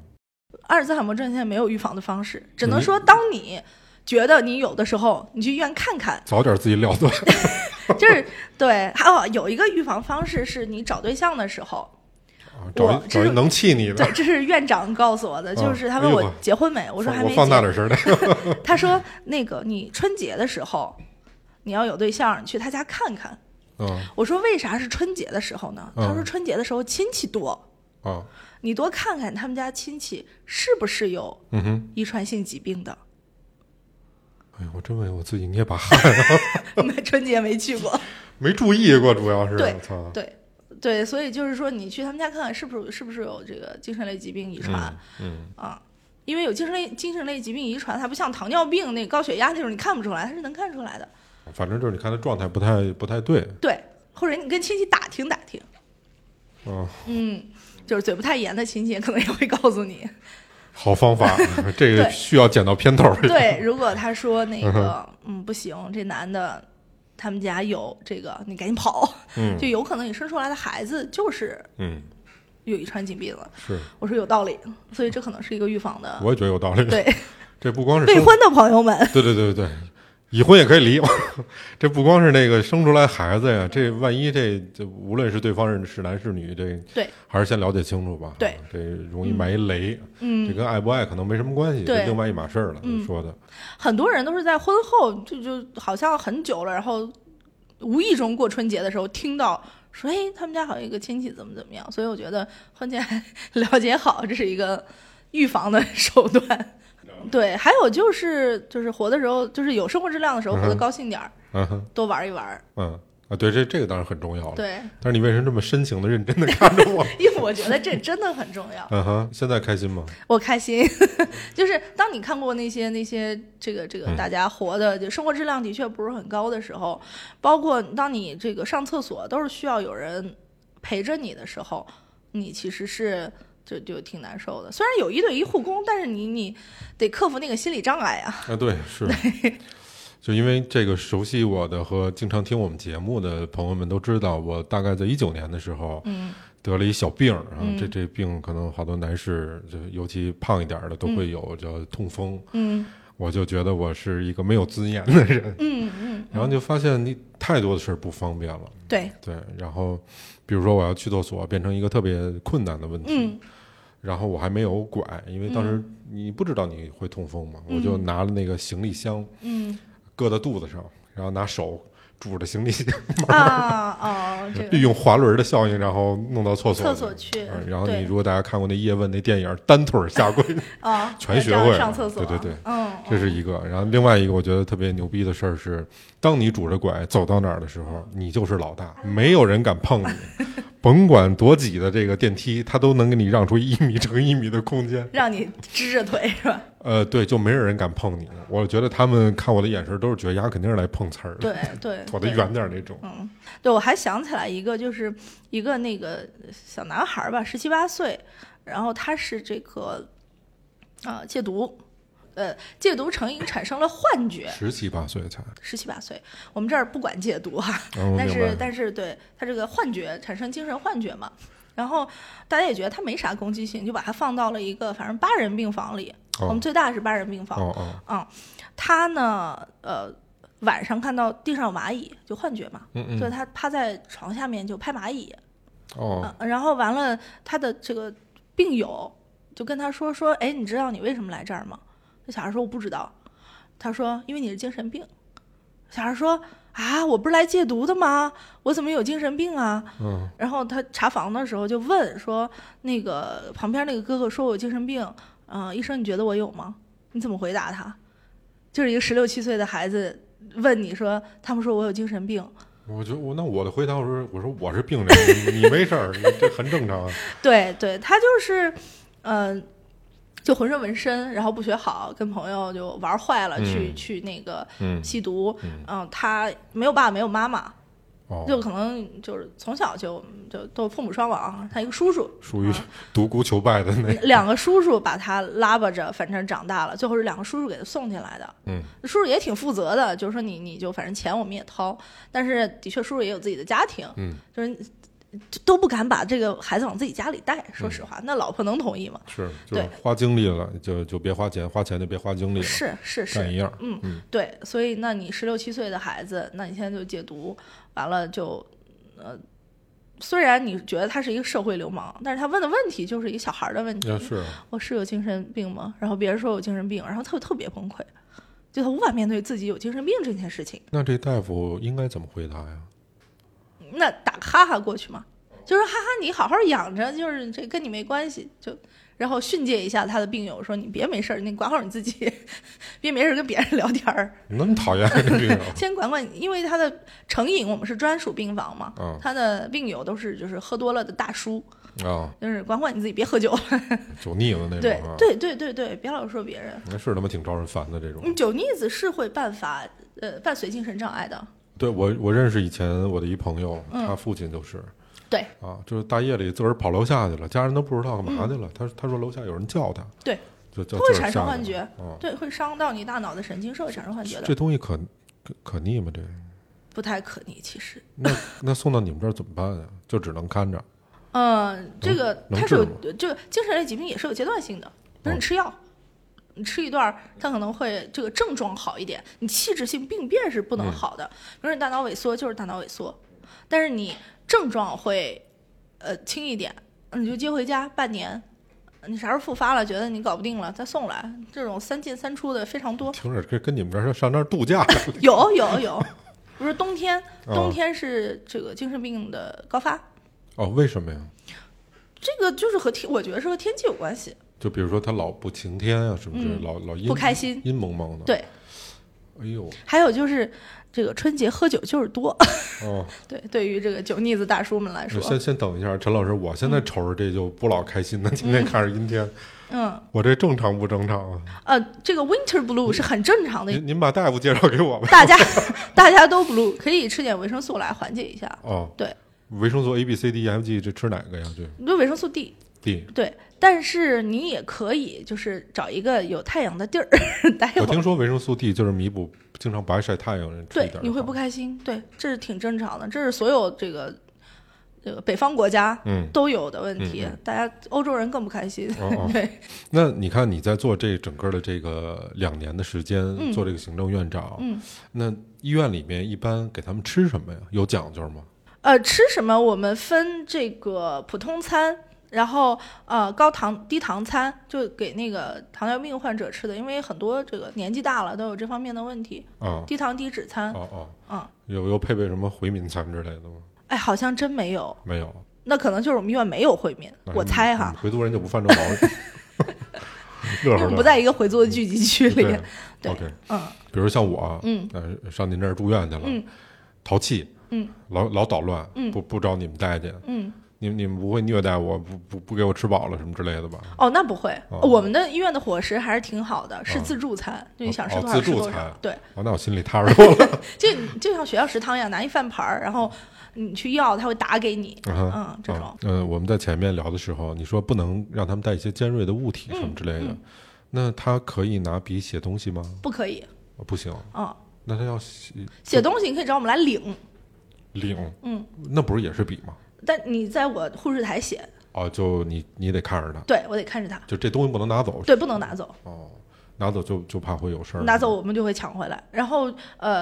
阿尔兹海默症现在没有预防的方式，只能说当你觉得你有的时候，你去医院看看， 早点自己了断。 就是对。还有一个预防方式是你找对象的时候。 找一能气你的。 对，这是院长告诉我的，就是他问我结婚没，我说还没结。 我放大点声的。 他说那个你春节的时候，你要有对象，你去他家看看。我说为啥是春节的时候呢？他说春节的时候亲戚多。你多看看他们家亲戚是不是有遗传性疾病的。 哎呀，我真为我自己捏把汗。 春节没去过， 没注意过，主要是。 对，所以就是说，你去他们家看看是不是有这个精神类疾病遗传。因为有精神类疾病遗传，它不像糖尿病、那个高血压那种，你看不出来，它是能看出来的。 反正就是你看他状态不太对。 对，或者你跟亲戚打听打听。就是嘴不太严的亲戚可能也会告诉你。 好方法，这个需要捡到片头。 对，如果他说那个不行，这男的他们家有这个，你赶紧跑。就有可能你生出来的孩子就是有遗传疾病了。是，我说有道理，所以这可能是一个预防的。 我也觉得有道理。 对， 这不光是未婚的朋友们。 对，已婚也可以离。这不光是那个生出来孩子呀，这万一这无论是对方是男是女，这对还是先了解清楚吧。 对， 这容易埋一雷。这跟爱不爱可能没什么关系，是另外一码事儿了。说的很多人都是在婚后就好像很久了，然后无意中过春节的时候听到说，他们家好像有一个亲戚怎么样，所以我觉得婚前了解好，这是一个预防的手段。对，还有就是活的时候，就是有生活质量的时候，活得高兴点儿，多玩一玩。 对，这个当然很重要了。 对， 但是你为什么这么深情的、认真的看着我？ 因为我觉得这真的很重要。 现在开心吗？ 我开心，就是当你看过那些这个大家活的就生活质量的确不是很高的时候，包括当你这个上厕所都是需要有人陪着你的时候，你其实是就挺难受的。虽然有1对1护工，但是你得克服那个心理障碍啊。 对，是。就因为这个熟悉我的和经常听我们节目的朋友们都知道，我大概在19年的时候，得了一小病，然后这病可能好多男士，就尤其胖一点的都会有，叫痛风。我就觉得我是一个没有尊严的人。然后就发现你太多的事不方便了。对，然后比如说我要去厕所，变成一个特别困难的问题。然后我还没有拐，因为当时你不知道你会痛风嘛，我就拿了那个行李箱，搁在肚子上，然后拿手拄着行李箱利用滑轮的效应，然后弄到厕所去。 然后你如果大家看过那叶问那电影单腿下跪全学会上厕所。 对，这是一个。然后另外一个我觉得特别牛逼的事儿是，当你拄着拐走到哪儿的时候，你就是老大，没有人敢碰你。甭管多挤的这个电梯，它都能给你让出1米乘1米的空间，让你支着腿是吧？对，就没有人敢碰你。我觉得他们看我的眼神都是觉得丫肯定是来碰瓷儿的，对，躲得远点那种。对，我还想起来一个，就是一个那个小男孩吧，17、18岁，然后他是这个戒毒。戒毒成瘾产生了幻觉，17、18岁才17、18岁，我们这儿不管戒毒哈，但是对他这个幻觉产生精神幻觉嘛，然后大家也觉得他没啥攻击性，就把他放到了一个反正8人病房里，我们最大是8人病房，他呢晚上看到地上有蚂蚁，就幻觉嘛，所以他趴在床下面就拍蚂蚁，然后完了他的这个病友就跟他说，你知道你为什么来这儿吗？那小孩说我不知道，他说因为你是精神病。小孩说我不是来戒毒的吗？我怎么有精神病啊？然后他查房的时候就问说，那个旁边那个哥哥说我有精神病，医生你觉得我有吗？你怎么回答他？就是一个16、17岁的孩子问你说，他们说我有精神病。我觉得那我的回答我说我是病人，你没事儿，这很正常啊。对，他就是就浑身纹身，然后不学好，跟朋友就玩坏了，去那个吸毒。他没有爸爸，没有妈妈，就可能就是从小就都父母双亡。他一个叔叔属于独孤求败的那2个叔叔把他拉巴着，反正长大了，最后是2个叔叔给他送进来的。叔叔也挺负责的，就是说你就反正钱我们也掏，但是的确叔叔也有自己的家庭，就是都不敢把这个孩子往自己家里带。说实话，那老婆能同意吗？ 是，就对是花精力了，就别花钱，花钱就别花精力了， 是干一样。 对，所以那你16、17岁的孩子，那你现在就戒毒，完了就虽然你觉得他是一个社会流氓，但是他问的问题就是一个小孩的问题。 是我是有精神病吗？然后别人说我有精神病，然后他就特别崩溃，就他无法面对自己有精神病这件事情。 那这大夫应该怎么回答呀？ 那打个哈哈过去嘛，就说哈哈，你好好养着，就是这跟你没关系，就然后训诫一下他的病友，说你别没事儿，你管好你自己，别没事跟别人聊天儿。 那么讨厌这病友先管管，因为他的成瘾我们是专属病房嘛，他的病友都是就是喝多了的大叔啊， 就是管管你自己，别喝酒了， 酒腻子那种啊。 对，别老说别人。 那是他妈挺招人烦的这种。 酒腻子是会伴随精神障碍的。 对，我认识以前我的一朋友，他父亲就是。 对啊，就是大夜里自个儿跑楼下去了，家人都不知道干嘛去了。他说楼下有人叫他， 对， 就他会产生幻觉， 啊， 对，会伤到你大脑的神经，是会产生幻觉的。 这东西可逆吗？这不太可逆，其实。 那送到你们这儿怎么办呀？就只能看着。 这个它是有，这个精神类疾病也是有阶段性的，比如你吃药。你吃一段，它可能会这个症状好一点，你器质性病变是不能好的。比如你大脑萎缩就是大脑萎缩，但是你症状会轻一点，你就接回家半年，你啥时候复发了，觉得你搞不定了再送来，这种3进3出的非常多。 听着跟你们这儿上那儿度假有，比如说冬天是这个精神病的高发。 哦，为什么呀？ 这个就是我觉得是和天气有关系。 就比如说他老不晴天啊，是不是？老不开心， 阴蒙蒙的。 对， 哎呦， 还有就是这个春节喝酒就是多。 哦， 对于这个酒腻子大叔们来说， 先等一下，陈老师，我现在瞅着这就不老开心呢。今天看着阴天，我这正常不正常啊？ 这个 winter blue 是很正常的。 您把大夫介绍给我吧。 大家都 blue， 可以吃点维生素来缓解一下。 哦， 对， 维生素 A B C D E F G 这吃哪个呀？ 就维生素 D。对，但是你也可以就是找一个有太阳的地儿待会儿。 我听说维生素 D 就是弥补经常白晒太阳人吃一点。 对，你会不开心，对，这是挺正常的，这是所有这个北方国家都有的问题，大家欧洲人更不开心。对， 那你看你在做这整个的这个2年的时间，做这个行政院长，那医院里面一般给他们吃什么呀？有讲究吗？ 吃什么我们分这个普通餐。然后高糖低糖餐就给那个糖尿病患者吃的，因为很多这个年纪大了都有这方面的问题。低糖低脂餐。有配备什么回民餐之类的吗？哎， 好像真没有。 没有。 那可能就是我们医院没有回民，我猜哈。 回族人就不犯这毛病。乐呵乐， 不在一个回族的聚集区里。对。 OK。比如像我，上您这儿住院去了，淘气，老捣乱，不找你们待见，你们不会虐待我，不给我吃饱了什么之类的吧？ 那不会，我们的医院的伙食还是挺好的，是自助餐，就你想吃多少吃多少。对， 那我心里踏实多了。 就像学校食堂一样，拿一饭盘，然后你去要，他会打给你。这种。 我们在前面聊的时候，你说不能让他们带一些尖锐的物体什么之类的，那他可以拿笔写东西吗？ 不可以。 不行。那他要写东西，你可以找我们来领。 那不是也是笔吗？ 但你在我护士台写就你得看着他。 对，我得看着他， 就这东西不能拿走。 对，不能拿走。 拿走就怕会有事儿。 拿走我们就会抢回来。然后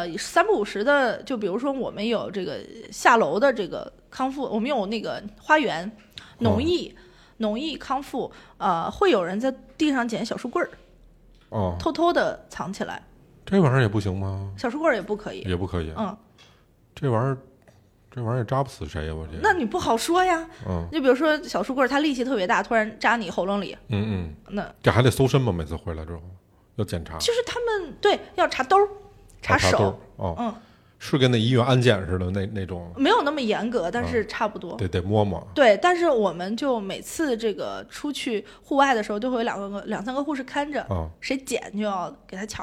3不5时的，就比如说我们有这个下楼的这个康复，我们有那个花园农艺康复，会有人在地上捡小树棍儿，偷偷的藏起来。 这玩意儿也不行吗？ 小树棍儿也不可以。 也不可以。这玩意儿也扎不死谁呀！我这那你不好说呀。就比如说小树棍，它力气特别大，突然扎你喉咙里。那这还得搜身吗？每次回来之后要检查。 就是他们要查兜、查手。 是跟那医院安检似的那种。没有那么严格，但是差不多。 得摸摸。 对，但是我们就每次这个出去户外的时候，都会有2、3个护士看着，谁捡就要给他抢了。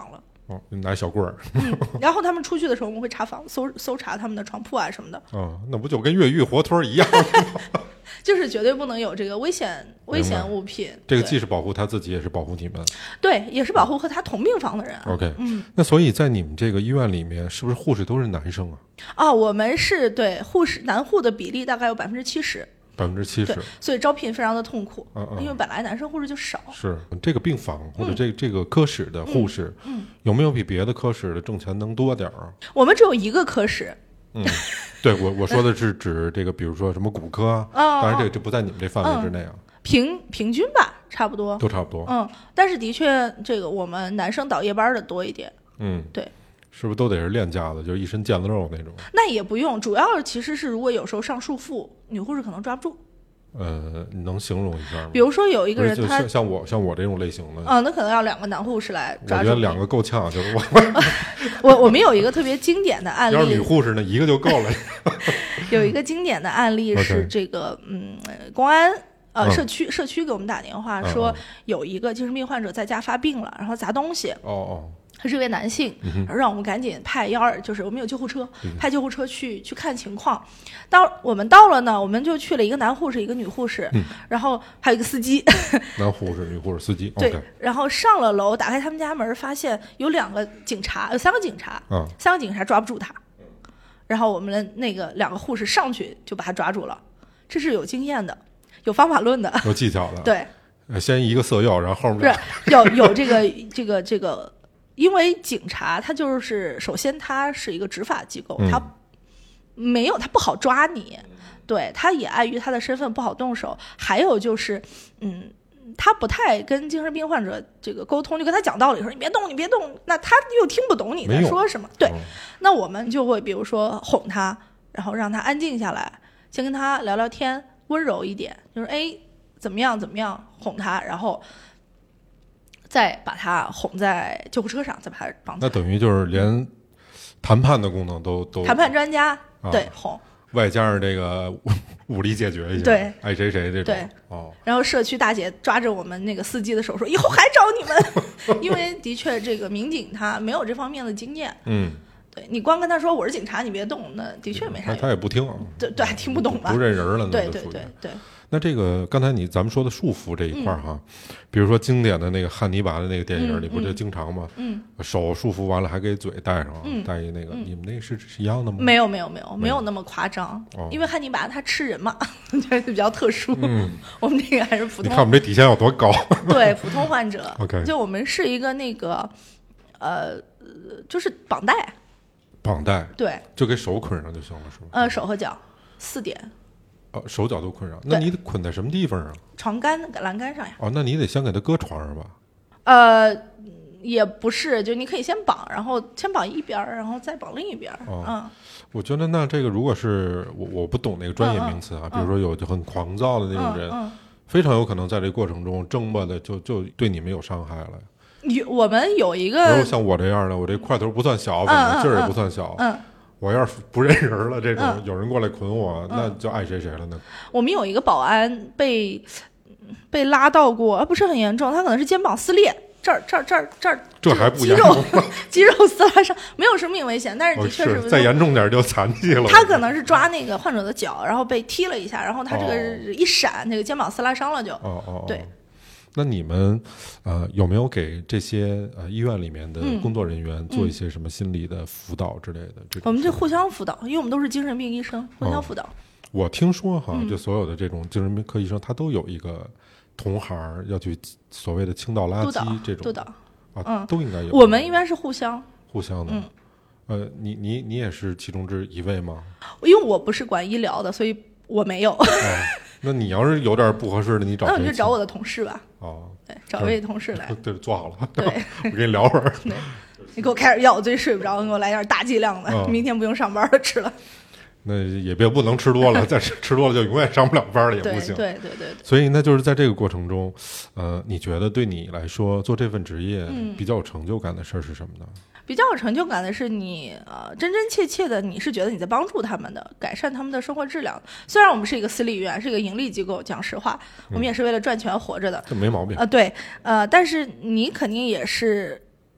哦，拿小棍儿。 然后他们出去的时候，我们会查房，搜查他们的床铺啊什么的。 哦，那不就跟越狱活脱一样吗？ 就是绝对不能有这个危险物品。 这个既是保护他自己，也是保护你们。 对，也是保护和他同病房的人。 OK，那所以在你们这个医院里面，是不是护士都是男生啊？ 啊，我们是对男护的比例大概有70%。 70%， 对，所以招聘非常的痛苦， 嗯因为本来男生护士就少。 是这个病房或者这个科室的护士，有没有比别的科室的挣钱能多点儿？ 我们只有一个科室。 对，我说的是指这个，比如说什么骨科啊，当然这不在你们这范围之内啊。 平均吧，差不多都差不多。 但是的确，这个我们男生倒夜班的多一点。对。 是不是都得是练家子，就是一身腱子肉那种？ 那也不用，主要其实是如果有时候上束缚，女护士可能抓不住。 你能形容一下吗？ 比如说有一个人他像我这种类型的， 那可能要2个男护士来抓住。 我觉得2个够呛，就是我们有一个特别经典的案例， 要是女护士呢，1个就够了。 有一个经典的案例是这个公安社区给我们打电话说有一个精神病患者在家发病了，然后砸东西。他是一位男性，让我们赶紧派112，就是我们有救护车，派救护车去看情况。我们到了呢，我们就去了一个男护士，一个女护士，然后还有一个司机。 男护士、女护士、司机。 对，然后上了楼，打开他们家门，发现有3个警察，3个警察，3个警察抓不住他。然后我们的那个2个护士上去就把他抓住了。这是有经验的，有方法论的， 有技巧的。 对， 先一个色诱，然后后面有这个。因为警察他就是首先他是一个执法机构，他不好抓你，对，他也碍于他的身份不好动手，还有就是他不太跟精神病患者这个沟通，就跟他讲道理说你别动，那他又听不懂你在说什么。对，那我们就会比如说哄他，然后让他安静下来，先跟他聊聊天，温柔一点，就是怎么样哄他，然后再把他哄在救护车上，再把他绑起来。 那等于就是连谈判的功能都谈判专家，对，哄， 外加上这个武力解决一下， 对， 爱谁这种。 对，然后社区大姐抓着我们那个司机的手说：“以后还找你们。”因为的确这个民警他没有这方面的经验。对，你光跟他说我是警察，你别动，那的确没啥用。 他也不听。 对，还听不懂吧？ 不认人了。 对。 那这个刚才咱们说的束缚这一块哈，比如说经典的那个汉尼拔的那个电影里，不就经常吗？手束缚完了还给嘴戴上，戴一那个，你们那是一样的吗？ 没有那么夸张，因为汉尼拔他吃人嘛，这比较特殊。我们这个还是普通。 你看我们这底线有多高？ 对，普通患者。 OK， 就我们是一个那个就是绑带。对， 就给手捆上就行了，是吗？ 手和脚4点。 手脚都捆上，那你得捆在什么地方啊？ 床杆、栏杆上呀。 那你得先给他搁床上吧？ 也不是，就你可以先绑，然后先绑一边，然后再绑另一边。 我觉得那这个如果是我不懂那个专业名词啊，比如说有就很狂躁的那种人，非常有可能在这过程中挣吧的就对你们有伤害了。 我们有一个， 比如像我这样的，我这块头不算小，反正劲儿也不算小。我要是不认人了，这种有人过来捆我，那就爱谁了呢。 我们有一个保安被拉到过，不是很严重，他可能是肩膀撕裂，这儿， 这还不严重， 肌肉撕拉伤，没有生命危险，但是的确是再严重点就残疾了。 他可能是抓那个患者的脚，然后被踢了一下，然后他这个一闪，那个肩膀撕拉伤了就。对。 那你们有没有给这些医院里面的工作人员做一些什么心理的辅导之类的？ 我们就互相辅导，因为我们都是精神病医生，互相辅导。 我听说就所有的这种精神病科医生，他都有一个同行要去所谓的清倒垃圾这种督导都应该有。 我们一般是互相的。你也是其中之一位吗？ 因为我不是管医疗的，所以我没有。 那你要是有点不合适的，你找那我就找我的同事吧。对，找位同事来。 对，做好了。 对， 我跟你聊会儿。 对，你给我开点药，我最近睡不着，你给我来点大剂量的，明天不用上班了，吃了。 那也不能吃多了，再吃多了就永远上不了班了，也不行。 对。 所以那就是在这个过程中，你觉得对你来说做这份职业比较有成就感的事儿是什么呢？比较有成就感的是你真真切切的，你是觉得你在帮助他们的，改善他们的生活质量。虽然我们是一个私立医院，是一个盈利机构，讲实话，我们也是为了赚钱活着的， 这没毛病。 对，但是你肯定也是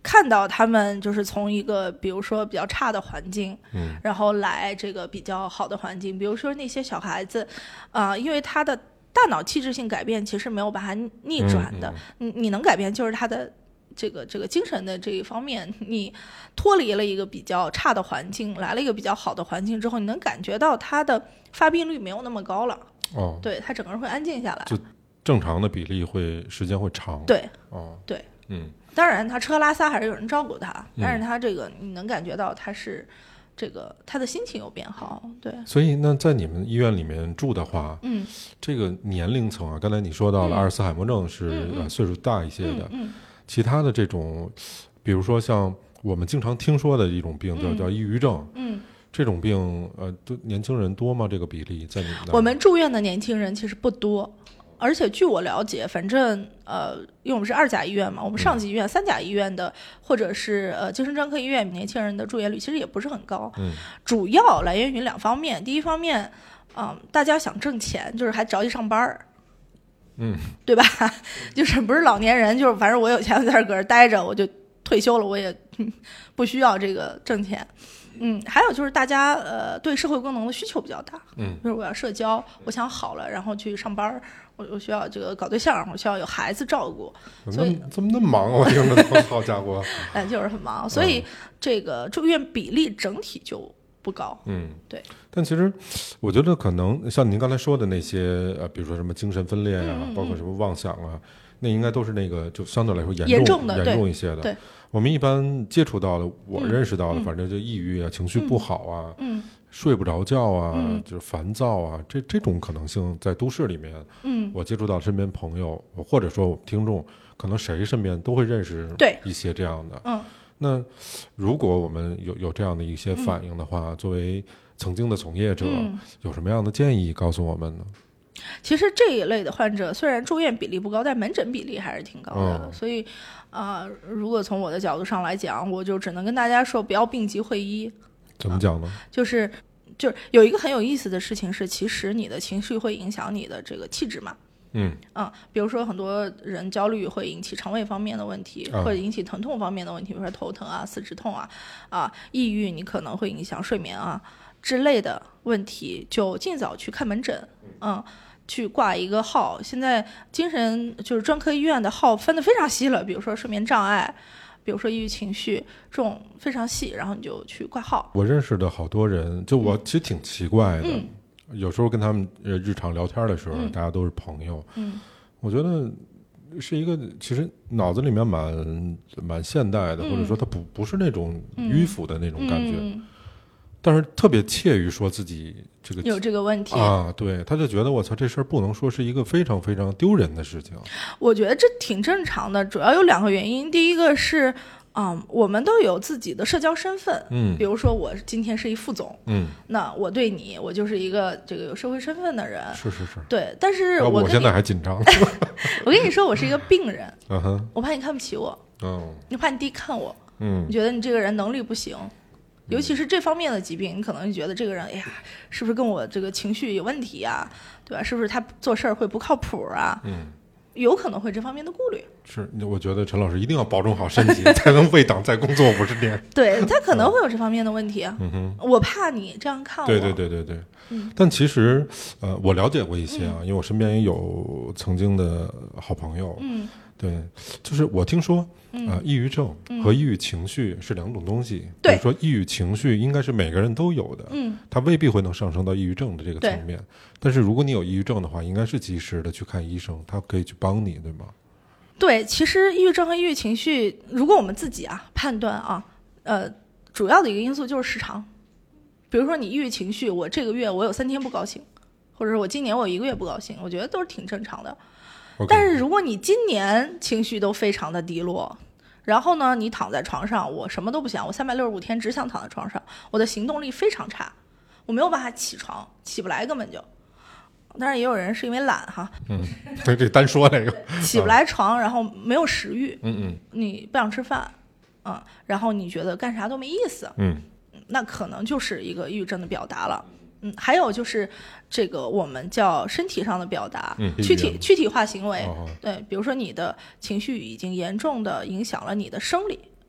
看到他们就是从一个比如说比较差的环境，然后来这个比较好的环境。比如说那些小孩子，因为他的大脑器质性改变其实没有把它逆转的，你能改变就是他的这个精神的这一方面，你脱离了一个比较差的环境，来了一个比较好的环境之后，你能感觉到他的发病率没有那么高了。对，他整个人会安静下来， 就正常的比例时间会长。 对，对，当然他吃喝拉撒还是有人照顾他，但是他这个你能感觉到他是这个他的心情有变好。对， 所以那在你们医院里面住的话，这个年龄层啊，刚才你说到了阿尔茨海默症是岁数大一些的，其他的这种，比如说像我们经常听说的一种病叫抑郁症，这种病都年轻人多吗？这个比例在你们那儿？ 我们住院的年轻人其实不多。而且据我了解，反正因为我们是2甲医院嘛，我们上级医院、3甲医院的，或者是精神专科医院年轻人的住院率其实也不是很高。主要来源于2方面。第一方面，大家想挣钱，就是还着急上班儿，对吧？就是不是老年人，就是反正我有钱在这搁这待着，我就退休了，我也不需要这个挣钱。还有就是大家对社会功能的需求比较大，就是我要社交，我想好了，然后去上班，我需要这个搞对象，我需要有孩子照顾，所以怎么那么忙啊？我听着都好家伙， 就是很忙，所以这个住院比例整体就不高。对。 但其实我觉得可能像您刚才说的那些比如说什么精神分裂呀，包括什么妄想啊，那应该都是那个就相对来说严重一些的。 对。 我们一般接触到的，我认识到的，反正就抑郁啊、情绪不好啊、睡不着觉啊、就是烦躁啊，这种可能性在都市里面，我接触到身边朋友，或者说听众，可能谁身边都会认识一些这样的。那如果我们有这样的一些反应的话，作为曾经的从业者，有什么样的建议告诉我们呢？ 其实这一类的患者虽然住院比例不高，但门诊比例还是挺高的。所以如果从我的角度上来讲，我就只能跟大家说，不要病急会医。 怎么讲呢？ 就是有一个很有意思的事情是，其实你的情绪会影响你的这个气质嘛。比如说很多人焦虑会引起肠胃方面的问题，或者引起疼痛方面的问题，比如说头疼啊、四肢痛啊，抑郁你可能会影响睡眠啊之类的问题，就尽早去看门诊。去挂一个号，现在精神就是专科医院的号分得非常细了，比如说睡眠障碍，比如说抑郁情绪，这种非常细，然后你就去挂号。 我认识的好多人，就我其实挺奇怪的，有时候跟他们日常聊天的时候，大家都是朋友，我觉得是一个其实脑子里面蛮现代的，或者说他不是那种迂腐的那种感觉。但是特别怯于说自己有这个问题啊，对，他就觉得我操，这事儿不能说是一个非常非常丢人的事情。 我觉得这挺正常的，主要有2个原因。第一个是我们都有自己的社交身份，比如说我今天是一副总，那我对你，我就是一个这个有社会身份的人， 是， 对。但是我现在还紧张， 我跟你说，我是一个病人，我怕你看不起我，你怕你低看我，你觉得你这个人能力不行。尤其是这方面的疾病，你可能觉得这个人，哎呀，是不是跟我这个情绪有问题呀？对吧？是不是他做事儿会不靠谱啊？有可能会这方面的顾虑。 是，我觉得陈老师一定要保重好身体，才能为党再工作50年。 对，他可能会有这方面的问题啊。我怕你这样看我。 对。但其实，我了解过一些因为我身边也有曾经的好朋友。对，就是我听说，抑郁症和抑郁情绪是2种东西。比如说，抑郁情绪应该是每个人都有的，它未必会能上升到抑郁症的这个层面。但是如果你有抑郁症的话，应该是及时的去看医生，他可以去帮你，对吗？ 对，其实抑郁症和抑郁情绪，如果我们自己判断主要的一个因素就是时长。比如说你抑郁情绪，我这个月我有3天不高兴，或者是我今年我有1个月不高兴，我觉得都是挺正常的。但是如果你今年情绪都非常的低落，然后呢你躺在床上，我什么都不想，我365天只想躺在床上，我的行动力非常差，我没有办法起床，起不来根本就。当然也有人是因为懒这单说这个起不来床，然后没有食欲，你不想吃饭，然后你觉得干啥都没意思，那可能就是一个抑郁症的表达了。还有就是这个我们叫身体上的表达，躯体化行为，对，比如说你的情绪已经严重的影响了你的生理，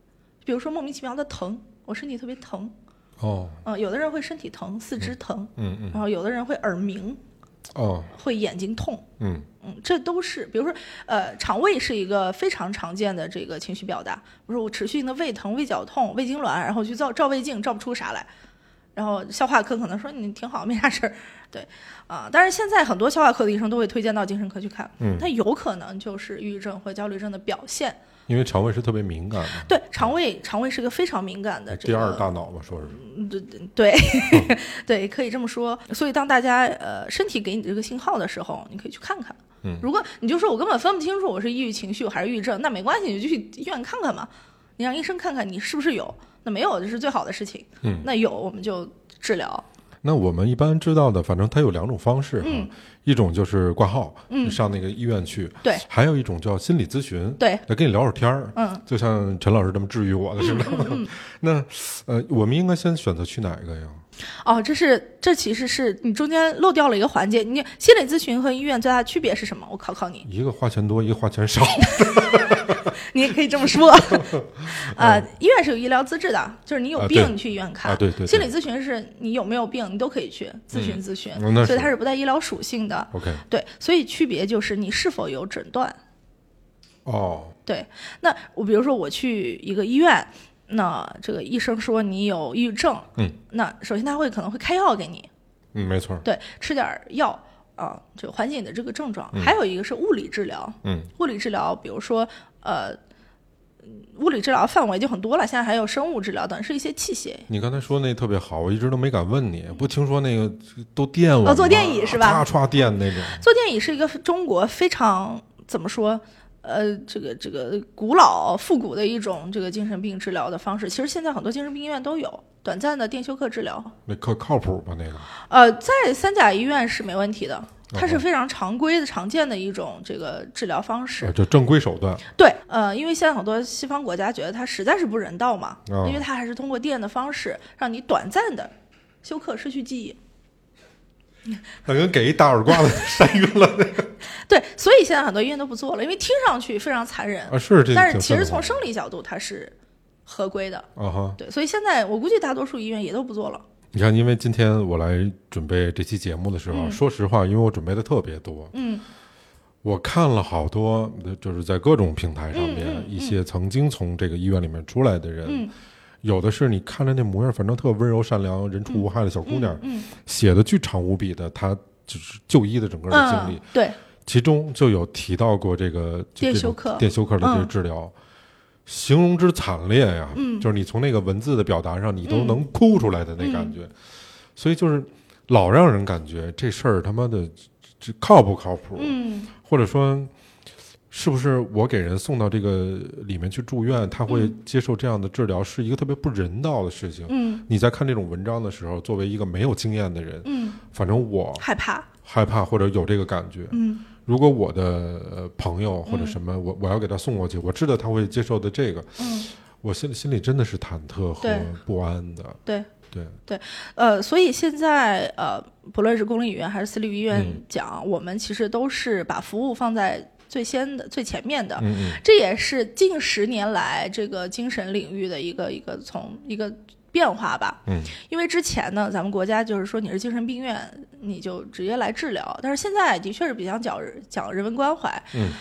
比如说莫名其妙的疼，我身体特别疼， 哦， 有的人会身体疼，四肢疼， 嗯然后有的人会耳鸣， 哦， 会眼睛痛， 嗯这都是，比如说，肠胃是一个非常常见的这个情绪表达。比如说我持续性的胃疼、胃绞痛、胃痉挛，然后去照胃镜，照不出啥来，然后消化科可能说你挺好，没啥事儿，对，但是现在很多消化科的医生都会推荐到精神科去看，它有可能就是抑郁症或焦虑症的表现。 因为肠胃是特别敏感的， 对，肠胃是个非常敏感的这个第二大脑吧，说是， 对对，可以这么说。所以当大家身体给你这个信号的时候，你可以去看看。如果你就说我根本分不清楚我是抑郁情绪还是抑郁症，那没关系，你就去医院看看嘛，你让医生看看你是不是有，那没有就是最好的事情，那有我们就治疗。 那我们一般知道的，反正它有2种方式哈，一种就是挂号，上那个医院去， 对， 还有一种叫心理咨询， 对， 来跟你聊会儿天儿，就像陈老师这么治愈我的似的。那我们应该先选择去哪个呀？ 哦，这其实是你中间漏掉了一个环节。你心理咨询和医院最大的区别是什么？我考你。 一个花钱多，一个花钱少。 你也可以这么说。医院是有医疗资质的，就是你有病你去医院看。 对。 心理咨询是你有没有病你都可以去咨询咨询，所以它是不带医疗属性的。 OK。 对，所以区别就是你是否有诊断。 哦。 对，那比如说我去一个医院。那这个医生说你有抑郁症，那首先他可能会开药给你， 没错， 对，吃点药就缓解你的这个症状。还有一个是物理治疗，物理治疗，比如说物理治疗范围就很多了，现在还有生物治疗等，是一些器械。你刚才说那特别好，我一直都没敢问你，不听说那个都电了吗？ 坐电椅是吧？ 歘电那种。 坐电椅是一个中国非常怎么说？这个古老复古的一种这个精神病治疗的方式，其实现在很多精神病医院都有短暂的电休克治疗。 那靠谱吧？那个在三甲医院是没问题的，它是非常常规的、常见的一种这个治疗方式， 就正规手段。 对，因为现在很多西方国家觉得它实在是不人道嘛，因为它还是通过电的方式让你短暂的休克、失去记忆。 他跟给一大耳刮子扇晕了那个。 对，所以现在很多医院都不做了，因为听上去非常残忍是这， 但是其实从生理角度它是合规的。对，所以现在我估计大多数医院也都不做了。 你看，因为今天我来准备这期节目的时候，说实话，因为我准备的特别多，我看了好多，就是在各种平台上面，一些曾经从这个医院里面出来的人。有的是你看着那模样，反正特温柔善良、人畜无害的小姑娘，写的巨长无比的，她就是就医的整个的经历。 对， 其中就有提到过这个电休克的这个治疗，形容之惨烈呀！就是你从那个文字的表达上，你都能哭出来的那感觉。所以就是老让人感觉这事儿他妈的这靠不靠谱？或者说。是不是我给人送到这个里面去住院，他会接受这样的治疗，是一个特别不人道的事情？你在看这种文章的时候，作为一个没有经验的人，反正我害怕或者有这个感觉。如果我的朋友或者什么，我要给他送过去，我知道他会接受的这个，我心里真的是忐忑和不安的。 对，所以现在不论是公立医院还是私立医院讲，我们其实都是把服务放在最前面的，这也是近10年来这个精神领域的一个变化吧。因为之前呢，咱们国家就是说你是精神病院，你就直接来治疗，但是现在的确是比较讲人文关怀。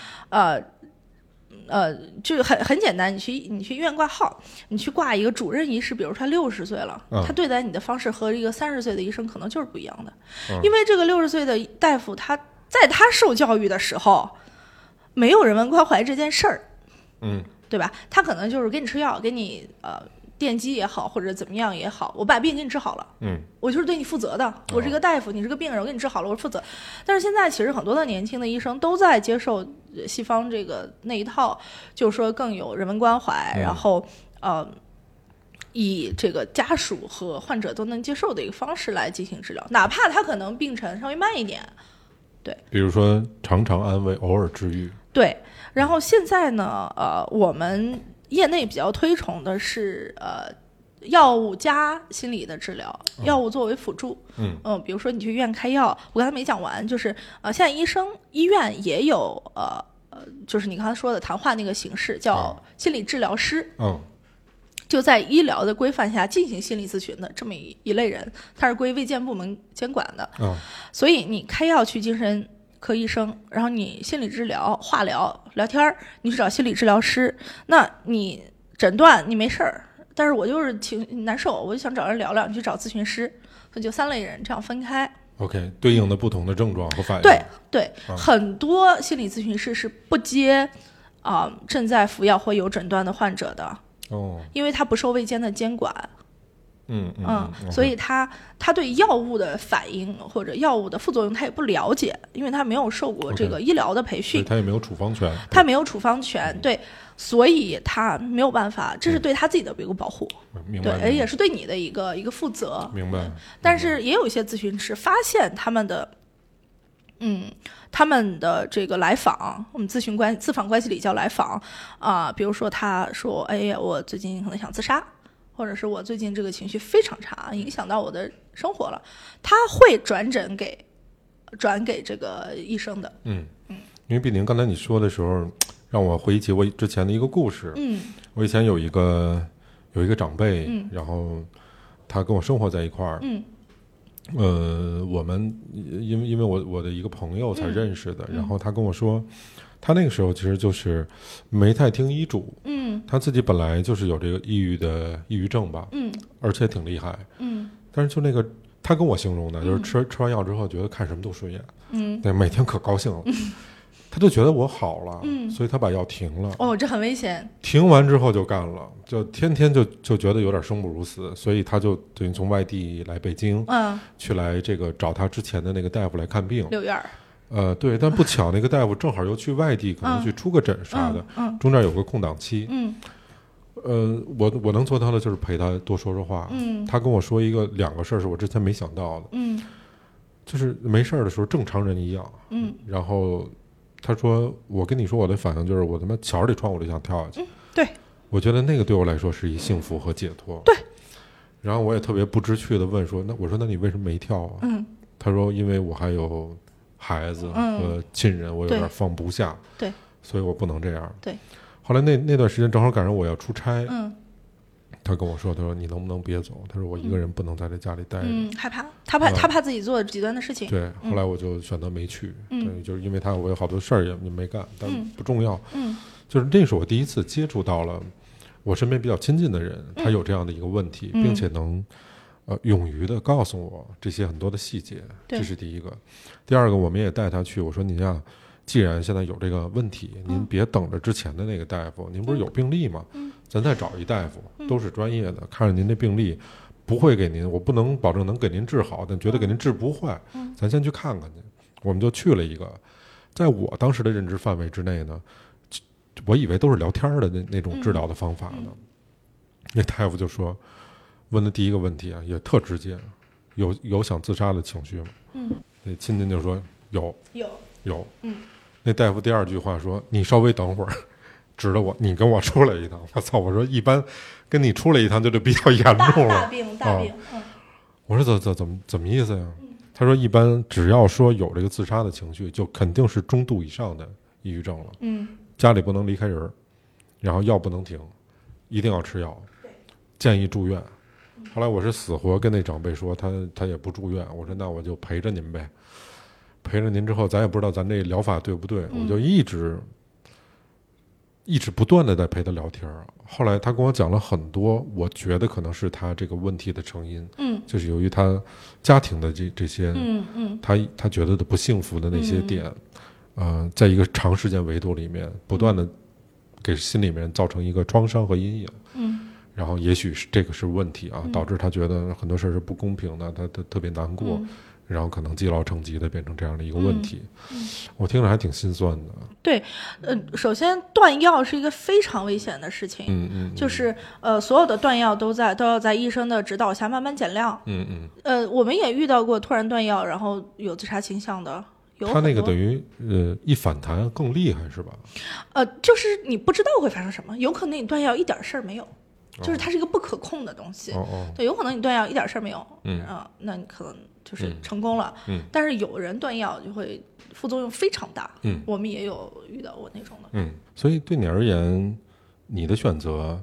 就很简单，你去医院挂号，你去挂一个主任医师，比如说他60岁了，他对待你的方式和一个30岁的医生可能就是不一样的。因为这个60岁的大夫，他在他受教育的时候。没有人文关怀这件事儿，对吧？他可能就是给你吃药，给你电击也好，或者怎么样也好，我把病给你治好了，我就是对你负责的，我是一个大夫，你是个病人，我给你治好了，我负责。但是现在其实很多的年轻的医生都在接受西方这个那一套，就是说更有人文关怀，然后以这个家属和患者都能接受的一个方式来进行治疗，哪怕他可能病程稍微慢一点。对， 比如说常常安慰，偶尔治愈。 对，然后现在呢，我们业内比较推崇的是药物加心理的治疗，药物作为辅助。比如说你去医院开药，我刚才没讲完，就是现在医院也有就是你刚才说的谈话那个形式，叫心理治疗师。 就在医疗的规范下进行心理咨询的这么一类人，他是归卫健部门监管的。所以你开药去精神科医生，然后你心理治疗、化疗、聊天，你去找心理治疗师。那你诊断你没事儿，但是我就是挺难受，我就想找人聊聊，你去找咨询师。所以就3类人这样分开。 OK， 对应的不同的症状和反应。 对，很多心理咨询师是不接正在服药或有诊断的患者的。因为他不受卫监的监管。所以他对药物的反应或者药物的副作用他也不了解，因为他没有受过这个医疗的培训， 他也没有处方权。 对，所以他没有办法，这是对他自己的一个保护。对，而也是对你的一个负责。 明白。 但是也有一些咨询师发现他们的这个来访，我们咨访关系里叫来访比如说他说，哎呀，我最近可能想自杀，或者是我最近这个情绪非常差，影响到我的生活了，他会转给这个医生的。 因为碧宁刚才你说的时候，让我回忆起我之前的一个故事。我以前有一个长辈，然后他跟我生活在一块儿。我们因为我的一个朋友才认识的，然后他跟我说，他那个时候其实就是没太听医嘱。他自己本来就是有这个抑郁症吧。而且挺厉害。但是就那个他跟我形容的，就是吃完药之后觉得看什么都顺眼。对，每天可高兴了。他就觉得我好了。所以他把药停了。 这很危险。 停完之后就干了，就天天就觉得有点生不如死，所以他就等于从外地来北京。去来这个找他之前的那个大夫来看病。 6院。 对，但不巧那个大夫正好又去外地，可能去出个诊啥的。中间有个空档期。我能做到的就是陪他多说说话。他跟我说2个事儿是我之前没想到的。就是没事的时候正常人一样。然后他说，我跟你说我的反应就是我他妈瞧着这窗户就想跳下去。 对， 我觉得那个对我来说是一幸福和解脱。 对。 然后我也特别不知趣的问说，我说那你为什么没跳啊？他说因为我还有孩子和亲人，我有点放不下。 对， 所以我不能这样。 对。 后来那段时间正好赶上我要出差。他跟我说，他说你能不能别走？他说我一个人不能在这家里待着。 害怕，他怕自己做极端的事情。 对，后来我就选择没去。对，就是因为我有好多事儿也没干，但不重要。就是这是我第一次接触到了我身边比较亲近的人，他有这样的一个问题，并且能勇于的告诉我这些很多的细节。这是第一个。第二个，我们也带他去，我说您呀，既然现在有这个问题，您别等着之前的那个大夫，您不是有病历吗？咱再找一大夫，都是专业的，看着您的病历，不会给您，我不能保证能给您治好，但觉得给您治不坏，咱先去看看去。我们就去了一个，在我当时的认知范围之内呢，我以为都是聊天的那种治疗的方法呢。那大夫就说，问的第一个问题啊，也特直接，有想自杀的情绪吗？那亲戚就说有。那大夫第二句话说，你稍微等会儿，指着我，你跟我出来一趟。我操！我说一般跟你出来一趟就比较严重了。 大病。 我说怎么意思呀？他说一般只要说有这个自杀的情绪，就肯定是中度以上的抑郁症了。家里不能离开人，然后药不能停，一定要吃药，建议住院。后来我是死活跟那长辈说，他也不住院。我说那我就陪着您呗。陪着您之后，咱也不知道咱这疗法对不对，我就一直不断的在陪他聊天。后来他跟我讲了很多，我觉得可能是他这个问题的成因。就是由于他家庭的这些，他觉得的不幸福的那些点，在一个长时间维度里面，不断的给心里面造成一个创伤和阴影。然后也许是这个是问题啊，导致他觉得很多事是不公平的，他特别难过。然后可能积劳成疾的变成这样的一个问题。我听着还挺心酸的。对， 首先断药是一个非常危险的事情。就是所有的断药都要在医生的指导下慢慢减量。我们也遇到过突然断药然后有自杀倾向的。 他那个等于一反弹更厉害是吧？ 就是你不知道会发生什么，有可能你断药一点事儿没有。就是它是一个不可控的东西。对，有可能你断药一点事儿没有。那你可能就是成功了。但是有人断药就会副作用非常大。我们也有遇到过那种的。 所以对你而言，你的选择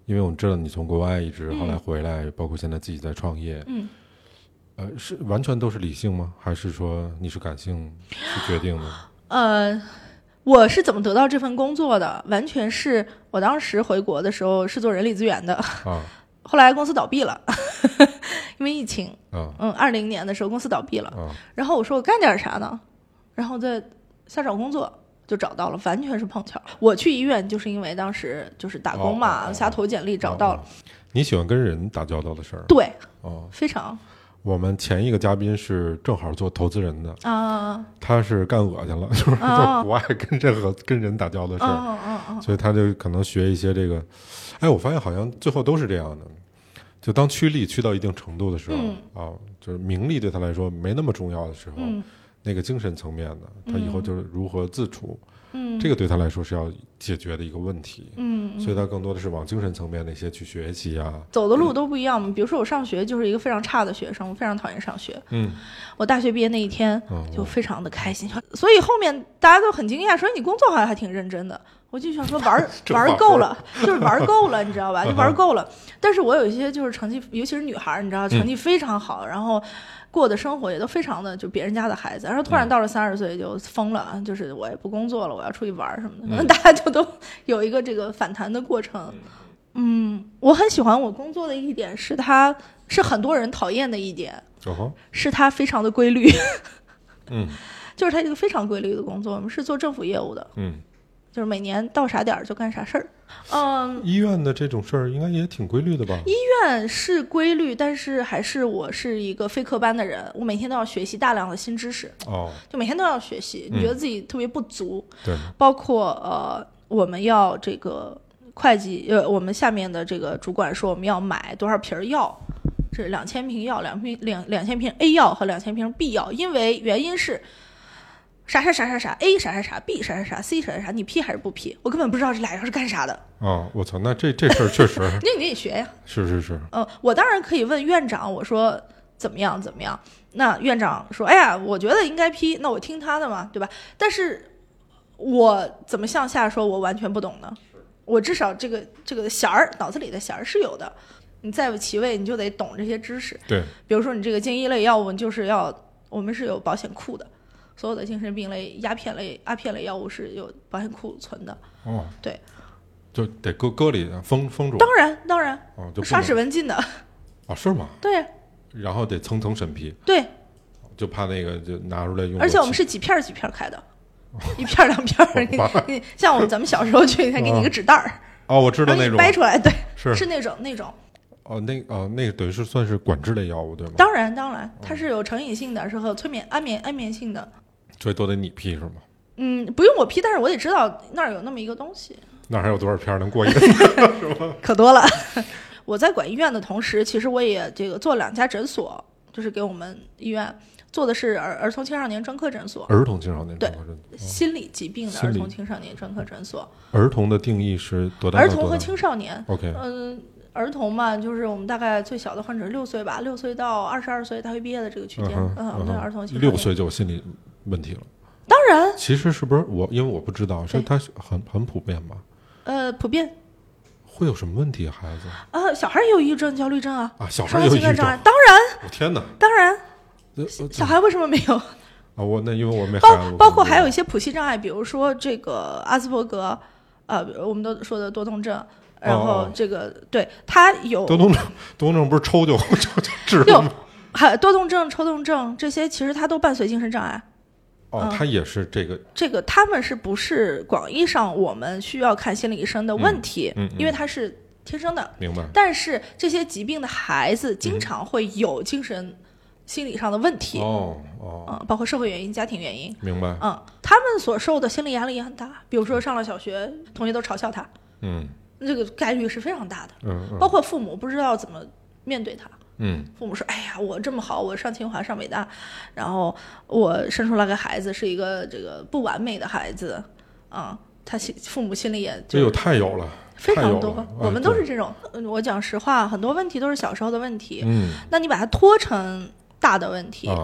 因为我们知道你从国外一直后来回来，包括现在自己在创业，是完全都是理性吗？还是说你是感性去决定的？ 我是怎么得到这份工作的？完全是我当时回国的时候是做人力资源的，后来公司倒闭了，因为疫情，20年的时候公司倒闭了，然后我说我干点啥呢？然后在瞎找工作。就找到了，完全是碰巧。我去医院就是因为当时就是打工嘛，瞎投简历找到了。 你喜欢跟人打交道的事儿？ 对，非常。 我们前一个嘉宾是正好做投资人的他是干恶心了，就是不爱跟任何跟人打交道的事儿，所以他就可能学一些这个。哎，我发现好像最后都是这样的，就当趋利趋到一定程度的时候就是名利对他来说没那么重要的时候。那个精神层面的，他以后就是如何自处，这个对他来说是要解决的一个问题，所以他更多的是往精神层面那些去学习啊， 走的路都不一样。比如说我上学就是一个非常差的学生，我非常讨厌上学。我大学毕业那一天就非常的开心，所以后面大家都很惊讶，说你工作好像还挺认真的。我就想说玩够了，就是玩够了，你知道吧？就玩够了。但是我有一些就是成绩，尤其是女孩，你知道，成绩非常好，然后过的生活也都非常的就别人家的孩子，然后突然到了30岁就疯了，就是我也不工作了，我要出去玩什么的，可能大家就都有一个这个反弹的过程。我很喜欢我工作的一点是它是很多人讨厌的一点，是它非常的规律。就是它一个非常规律的工作。我们是做政府业务的，就是每年到啥点就干啥事儿。 医院的这种事儿应该也挺规律的吧？ 医院是规律，但是还是我是一个非科班的人，我每天都要学习大量的新知识。就每天都要学习，你觉得自己特别不足。 对， 包括我们要这个会计，我们下面的这个主管说我们要买多少瓶药，这是2000瓶药，2000瓶 A 药和2000瓶 B 药，原因是。啥 A 啥 B 啥 C 啥，你批还是不批？我根本不知道这俩药是干啥的。 我操，那这事儿确实你得学呀。 是。 我当然可以问院长，我说怎么样？那院长说，哎呀，我觉得应该批，那我听他的嘛，对吧？但是我怎么向下说，我完全不懂呢？我至少这个弦儿，脑子里的弦儿是有的。你在其位，你就得懂这些知识。 对， 比如说你这个精医类药物，我们是有保险库的。所有的精神病类、鸦片类药物是有保险库存的。对， 就得搁里封住。 当然， 就刷指纹进的。 是吗？ 对。 然后得层层审批。 对。 就怕那个就拿出来用。 而且我们是几片开的，1片2片。像咱们小时候去，他给你一个纸袋儿。 我知道那种。 掰出来，对， 是那种。 那个等于是算是管制类药物对吗？ 当然，它是有成瘾性的，是和催眠安眠性的。 所以都得你批是吗？ 不用我批，但是我得知道那儿有那么一个东西。 那还有多少片能过瘾？是吧？ 可多了。我在管医院的同时，其实我也这个做2家诊所，就是给我们医院做的是儿童青少年专科诊所。 儿童青少年专科诊所， 对，心理疾病的儿童青少年专科诊所。 儿童的定义是多大？ 儿童和青少年。 OK。 儿童嘛，就是我们大概最小的患者6岁吧，6岁到22岁大学毕业的这个区间。我们对儿童青少年。6岁就有心理问题了。 当然。 其实是不是因为我不知道，是它很普遍吧？ 普遍。 会有什么问题？孩子小孩也有抑郁症、焦虑症啊。 小孩有抑郁症。当然。 我天哪！ 当然。小孩为什么没有？ 因为我没孩子。 包括还有一些谱系障碍，比如说这个阿斯伯格，我们都说的多动症。然后这个对他有多动症不是抽就治了吗？ 多动症、抽动症这些其实它都伴随精神障碍。 它也是这个他们是不是广义上我们需要看心理医生的问题？因为它是天生的。 明白。但是这些疾病的孩子经常会有精神心理上的问题。包括社会原因、家庭原因。 明白。 他们所受的心理压力也很大。比如说上了小学，同学都嘲笑他。这个概率是非常大的。包括父母不知道怎么面对他。父母说：“哎呀，我这么好，我上清华、上北大，然后我生出来个孩子是一个这个不完美的孩子，他父母心里也就有太有了， 非常多。我们都是这种。我讲实话，很多问题都是小时候的问题。那你把它拖成大的问题，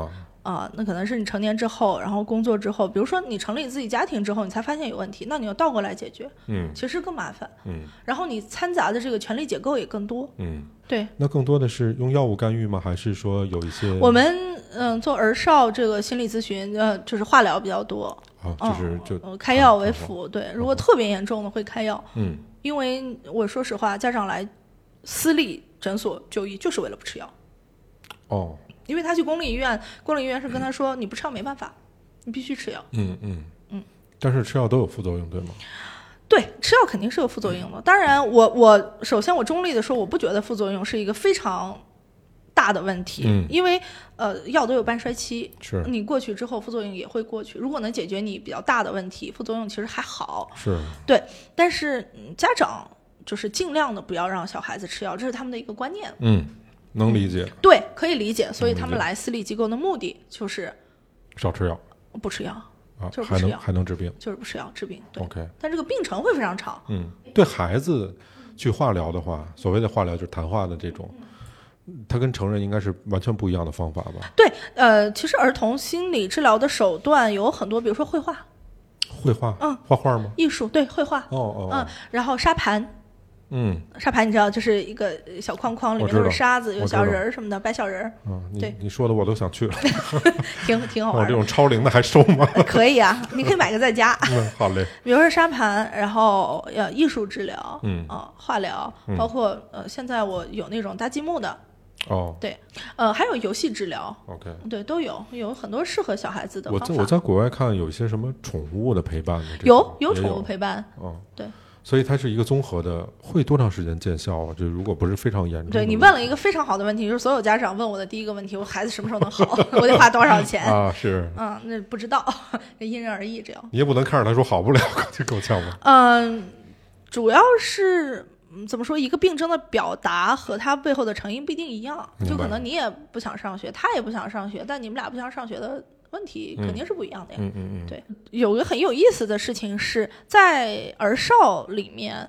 那可能是你成年之后，然后工作之后，比如说你成立自己家庭之后，你才发现有问题，那你要倒过来解决，其实更麻烦，然后你掺杂的这个权力结构也更多，对。 那更多的是用药物干预吗？还是说有一些我们做儿少这个心理咨询，就是化疗比较多， 就开药为辅，对。如果特别严重的会开药，因为我说实话，家长来私立诊所就医就是为了不吃药，因为他去公立医院，公立医院是跟他说你不吃药没办法，你必须吃药。 但是吃药都有副作用，对吗？ 对，吃药肯定是有副作用的。当然我首先我中立的说，我不觉得副作用是一个非常大的问题，因为药都有半衰期， 是你过去之后副作用也会过去。如果能解决你比较大的问题，副作用其实还好。 是对，但是家长就是尽量的不要让小孩子吃药，这是他们的一个观念。 能理解， 对，可以理解。所以他们来私立机构的目的就是少吃药， 不吃药，就是不吃药， 还能治病， 就是不吃药治病。对 OK， 但这个病程会非常长。 对孩子去化疗的话，所谓的化疗就是谈话的这种，它跟成人应该是完全不一样的方法吧？ 对，其实儿童心理治疗的手段有很多，比如说绘画， 画画吗？ 艺术，对，绘画，然后沙盘。沙盘你知道，就是一个小框框，里面都是沙子，有小人儿什么的，白小人儿。对， 你说的我都想去了， 挺好玩的。 这种超龄的还收吗？ 可以啊，你可以买个在家。 好嘞。 比如说沙盘，然后艺术治疗，化疗，包括现在我有那种搭积木的。对，还有游戏治疗 ，OK， 对，都有很多适合小孩子的方法。 我在国外看有一些什么宠物的陪伴的， 有宠物陪伴，对。 所以它是一个综合的，会多长时间见效啊？就如果不是非常严重， 对你问了一个非常好的问题，就是所有家长问我的第一个问题：我孩子什么时候能好？我得花多少钱啊？是， 那不知道，因人而异，这样。 你也不能看着他说好不了就够呛吧？ 主要是怎么说，一个病症的表达和它背后的成因不一定一样，就可能你也不想上学，他也不想上学，但你们俩不想上学的问题肯定是不一样的呀。对，有个很有意思的事情是在儿少里面，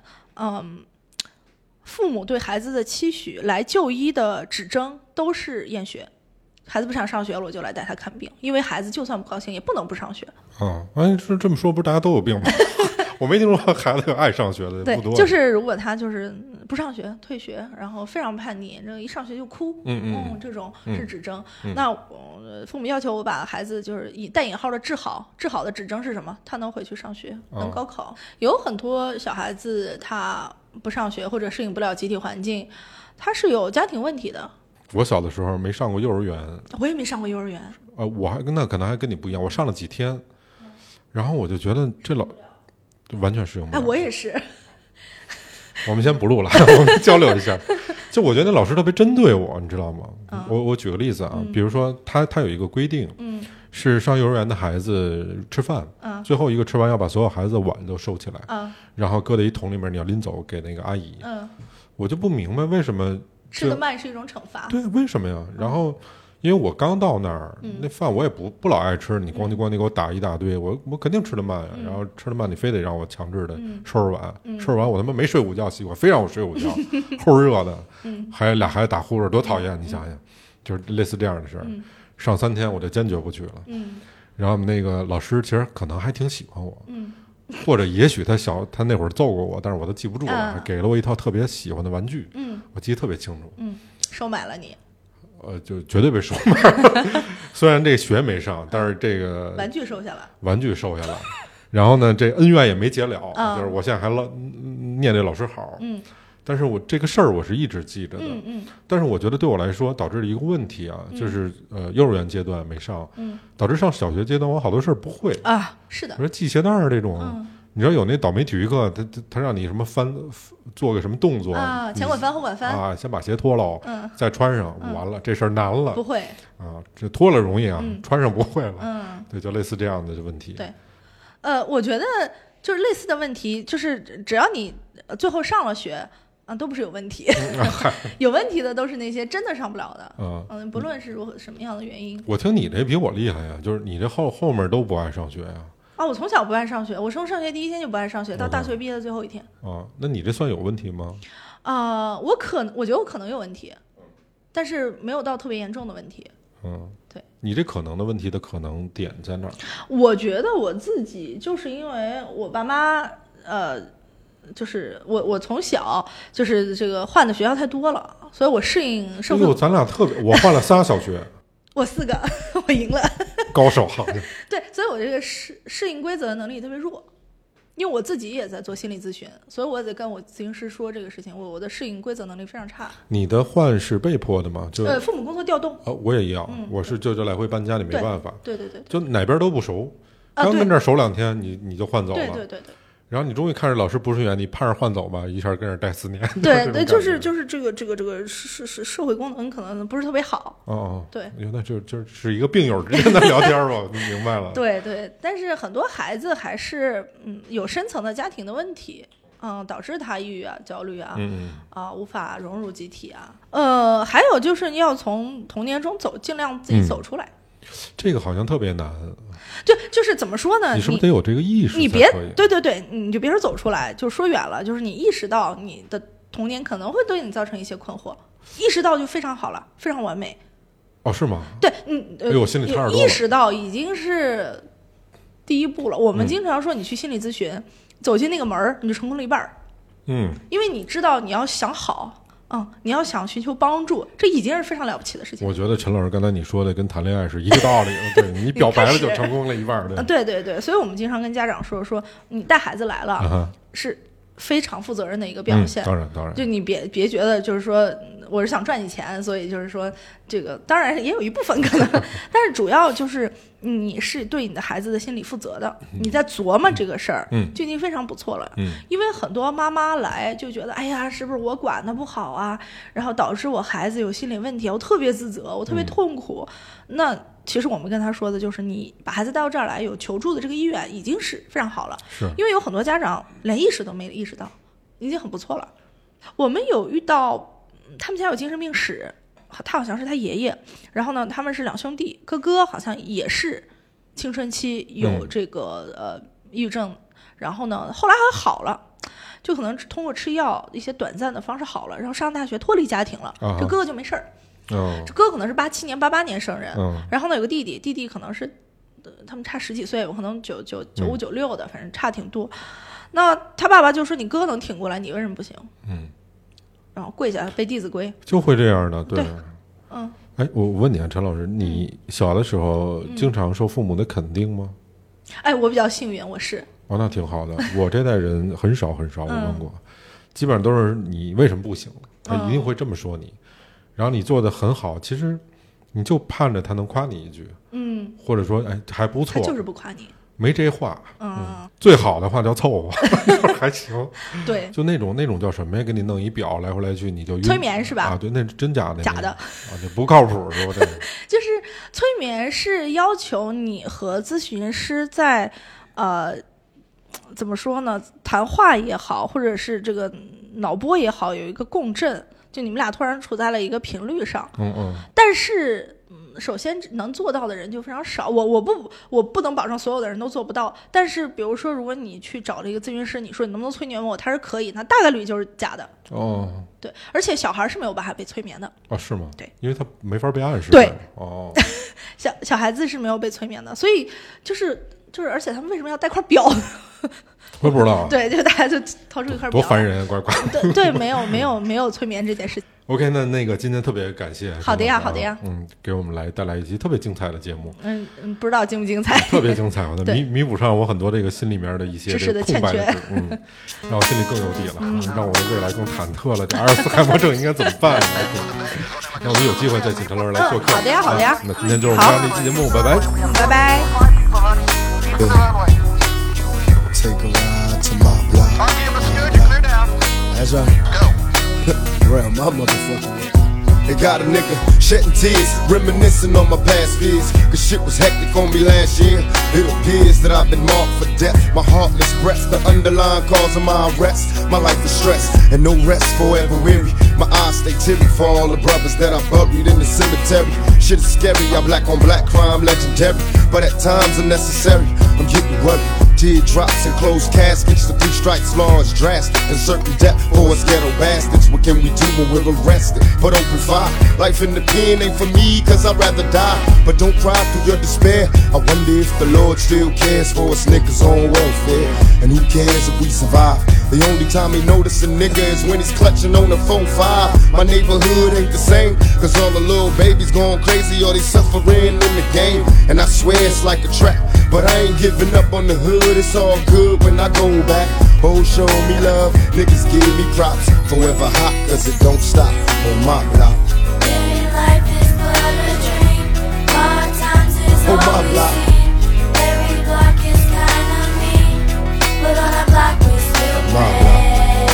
父母对孩子的期许来就医的指征都是验血。孩子不想上学了，我就来带他看病，因为孩子就算不高兴也不能不上学。 是这么说，不是大家都有病吗？我没听说孩子爱上学的不多。 对，就是如果他就是不上学、退学，然后非常叛逆，这个一上学就哭，这种是指征。那父母要求我把孩子就是以带引号的治好的指征是什么？他能回去上学，能高考。有很多小孩子他不上学或者适应不了集体环境，他是有家庭问题的。 我小的时候没上过幼儿园， 我也没上过幼儿园。 我那可能还跟你不一样，我上了几天，然后我就觉得这完全适应不了。 我也是。 我们先不录了，我们交流一下。就我觉得那老师特别针对我，你知道吗？我举个例子啊，比如说他有一个规定，是上幼儿园的孩子吃饭，最后一个吃完要把所有孩子的碗都收起来，然后搁在一桶里面，你要拎走给那个阿姨。我就不明白为什么吃得慢是一种惩罚。 对，为什么呀？然后因为我刚到那儿，那饭我也不老爱吃，你咣叽咣叽给我打一大堆，我肯定吃得慢呀。然后吃得慢，你非得让我强制的收拾碗，收拾完我他妈没睡午觉习惯，非让我睡午觉，齁热的，还俩孩子打呼噜，多讨厌！你想想，就是类似这样的事儿。上3天我就坚决不去了。然后那个老师其实可能还挺喜欢我，或者也许他那会儿揍过我，但是我都记不住了，还给了我一套特别喜欢的玩具，我记得特别清楚。 收买了你。 就绝对被收买了。虽然这学没上，但是这个玩具收下了。 然后呢，这恩怨也没结了，就是我现在还念这老师好。但是我这个事儿我是一直记着的。但是我觉得对我来说导致了一个问题啊，就是幼儿园阶段没上，导致上小学阶段我好多事儿不会啊。是的， 比如说系鞋带儿这种。你知道有那倒霉体育课，他让你什么做个什么动作啊，前滚翻后滚翻啊，先把鞋脱了，再穿上，完了这事儿难了， 不会啊，这脱了容易啊，穿上不会了，对，就类似这样的问题。 对，我觉得就是类似的问题，就是只要你最后上了学都不是有问题，有问题的都是那些真的上不了的，不论是什么样的原因。 我听你这比我厉害呀，就是你这后面都不爱上学呀。 我从小不爱上学，我从上学第一天就不爱上学，到大学毕业的最后一天。 那你这算有问题吗？ 我觉得我可能有问题，但是没有到特别严重的问题。 对， 你这可能的问题的可能点在哪儿？ 我觉得我自己就是因为我爸妈就是我从小就是这个换的学校太多了，所以我适应社会。 咱俩特别，我换了3个小学， 我4个，我赢了， 高手好像。 对，所以我这个适应规则的能力特别弱。因为我自己也在做心理咨询，所以我得跟我咨询师说这个事情，我的适应规则能力非常差。 你的换是被迫的吗？就父母工作调动。 我也一样，我是就来回搬家，你没办法。 对对对， 就哪边都不熟，刚跟这儿熟2天，你就换走了。 对对对对。 然后你终于看着老师不顺眼，你盼着换走吧，一下跟这儿待4年。 对对，就是这个是社会功能可能不是特别好。 哦， 对， 那就是一个病友之间的聊天吧，明白了。 对对，但是很多孩子还是有深层的家庭的问题，导致他抑郁啊、焦虑啊，无法融入集体啊。还有就是你要从童年中尽量自己走出来。 这个好像特别难。 就是怎么说呢？ 你是不是得有这个意识？ 你别对，你就别说走出来，就说远了，就是你意识到你的童年可能会对你造成一些困惑，意识到就非常好了，非常完美。 哦，是吗？ 对， 我心里差点多了。 意识到已经是第一步了。我们经常说，你去心理咨询，走进那个门你就成功了1半。因为你知道你要想好。你要想寻求帮助，这已经是非常了不起的事情。 我觉得陈老师刚才你说的跟谈恋爱是一个道理。对，你表白了就成功了1半。 对对对，所以我们经常跟家长说你带孩子来了，是非常负责任的一个表现。 当然， 就你别觉得就是说我是想赚你钱，所以就是说这个当然也有一部分可能，但是主要就是你是对你的孩子的心理负责的，你在琢磨这个事儿，就已经非常不错了。因为很多妈妈来就觉得，哎呀，是不是我管的不好啊，然后导致我孩子有心理问题，我特别自责，我特别痛苦。那其实我们跟他说的就是，你把孩子带到这儿来，有求助的这个意愿已经是非常好了。 是， 因为有很多家长连意识都没意识到，已经很不错了。我们有遇到他们家有精神病史，他好像是他爷爷，然后呢，他们是2兄弟，哥哥好像也是青春期有这个抑郁症，然后呢，后来还好了。就可能通过吃药一些短暂的方式好了，然后上大学脱离家庭了，这哥哥就没事儿。这哥可能是87年、88年生人，然后呢有个弟弟可能是，他们差10几岁，我可能95、96的，反正差挺多。那他爸爸就说：“你哥能挺过来，你为什么不行？”然后跪下背《弟子规》， 就会这样的，对。 哎， 我问你啊，陈老师，你小的时候经常受父母的肯定吗？ 哎，我比较幸运，我是。 那挺好的。我这代人很少，我问过，基本上都是你为什么不行，他一定会这么说你。然后你做的很好，其实你就盼着他能夸你一句，或者说哎还不错， 他就是不夸你， 没这话，最好的话叫凑合，还行， 对， 就那种叫什么呀？给你弄一表来回来去，你就晕催眠是吧？ 对，那是真假的？ 假的这不靠谱是吧？ 就是催眠是要求你和咨询师在怎么说呢？谈话也好，或者是这个脑波也好，有一个共振。就你们俩突然处在了一个频率上，但是首先能做到的人就非常少。我不能保证所有的人都做不到，但是比如说，如果你去找了一个咨询师，你说你能不能催眠我，他是可以，那大概率就是假的。对，而且小孩是没有办法被催眠的。 是吗？ 对， 因为他没法被暗示。 对，小孩子是没有被催眠的，所以就是，而且他们为什么要带块表？ 我不知道。 对，就大家就掏出一块表， 多烦人，乖。 对，没有催眠这件事情。 OK， 那个今天特别感谢。 好的呀。 给我们带来一期特别精彩的节目。 不知道精不精彩。 特别精彩，我弥补上我很多这个心里面的一些知识的空白的让我心里更有底了，让我的未来更忐忑了。这阿尔茨海默症应该怎么办？那我们有机会再请陈老师来做客。 好的呀。 那今天就是我们这样的一期节目，拜拜。 拜拜。 Take a ride to my block. That's right. Real, my motherfucker. It got a nigga shedding tears, reminiscing on my past fears. Cause shit was hectic on me last year. It appears that I've been marked for death. My heartless breath's the underlying cause of my arrest. My life is stress and no rest, forever weary. My eyes stay teary for all the brothers that I buried in the cemetery. Shit is scary, I'm black on black crime legendary, but at times unnecessary. I'm getting worried. Teardrops and closed caskets, the 3 strikes law is drastic, and certain death for us ghetto bastards. What can we do when we're arrested? But open fire, life in the pen ain't for me, cause I'd rather die. But don't cry through your despair, I wonder if the Lord still cares for us niggas on welfare. And who cares if we survive? The only time he notice a nigga is when he's clutching on the 4-5. My neighborhood ain't the same, cause all the little babies going crazy or they suffering in the game. And I swear it's like a trap, but I ain't giving up on the hood, it's all good when I go back. Oh, show me love, niggas give me props. Forever hot, cause it don't stop on my block. Living life is but a dream. Hard times is On my all we block. see. Every block is kinda mean, but on our block we still My play. block.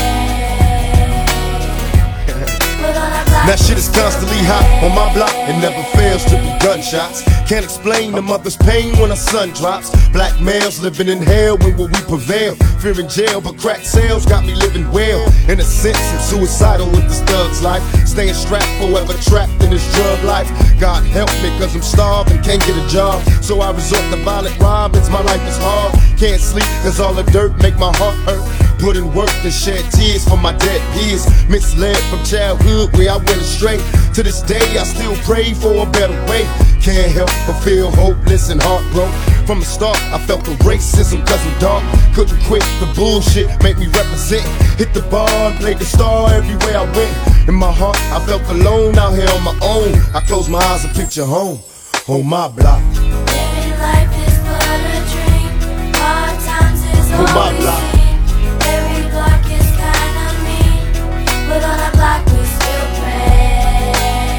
But on our block That shit is we still constantly hot on my block. It never fails to be gunshots. Can't explain the mother's pain when her son drops. Black males living in hell, when will we prevail? Fear in jail, but crack sales got me living well. In a sense, I'm suicidal with this thug's life. Staying strapped, forever trapped in this drug life. God help me, cause I'm starved and can't get a job. So I resort to violent robins, my life is hard. Can't sleep, cause all the dirt make my heart hurt. Put in work and shed tears for my dead peers. Misled from childhood where I went astray. To this day I still pray for a better way. Can't help but feel hopeless and heartbroken. From the start I felt the racism cause I'm dark. Couldn't quit the bullshit, make me represent. Hit the bar and played the star everywhere I went. In my heart I felt alone out here on my own. I close my eyes and picture home on my block. Living life is but a dream. Hard times is On my all we block. see. Every block is kinda mean, but on our block we still pray.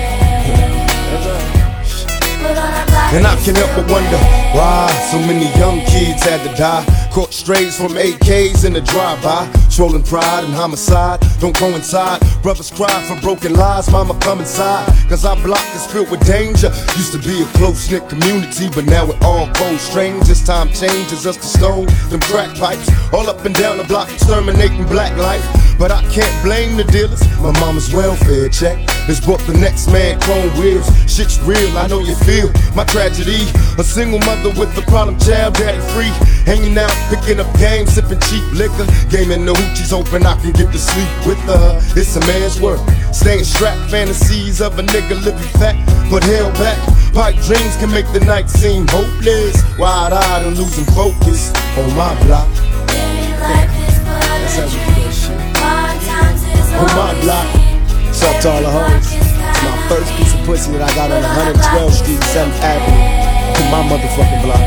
But on our block And I we can help still but wonder pray. why so many young kids had to die. Caught strays from AKs in the drive-by. Swollen pride and homicide don't coincide. Brothers cry for broken lives, mama come inside. Cause our block is filled with danger. Used to be a close-knit community, but now we're all cold strangers. Time changes us to stone them crack pipes. All up and down the block exterminating black life. But I can't blame the dealers, my mama's welfare check has brought the next man chrome wheels. Shit's real, I know you feel my tragedy. A single mother with a problem child, daddy free. Hanging out, picking up games, sipping cheap liquor. Gaming the hoochies, hoping I can get to sleep with her. It's a man's work, staying strapped. Fantasies of a nigga living fat, but held back. Pipe dreams can make the night seem hopeless. Wide-eyed and losing focus on my block. Living life is but That's how a we do dream. that shit. Hard times is On all my we block. see. What's up to all the Every hoes? block is It's my kinda first piece of mean, pussy that I got on but our 112th block Street, we 7th still Avenue. pray. My motherfucking block.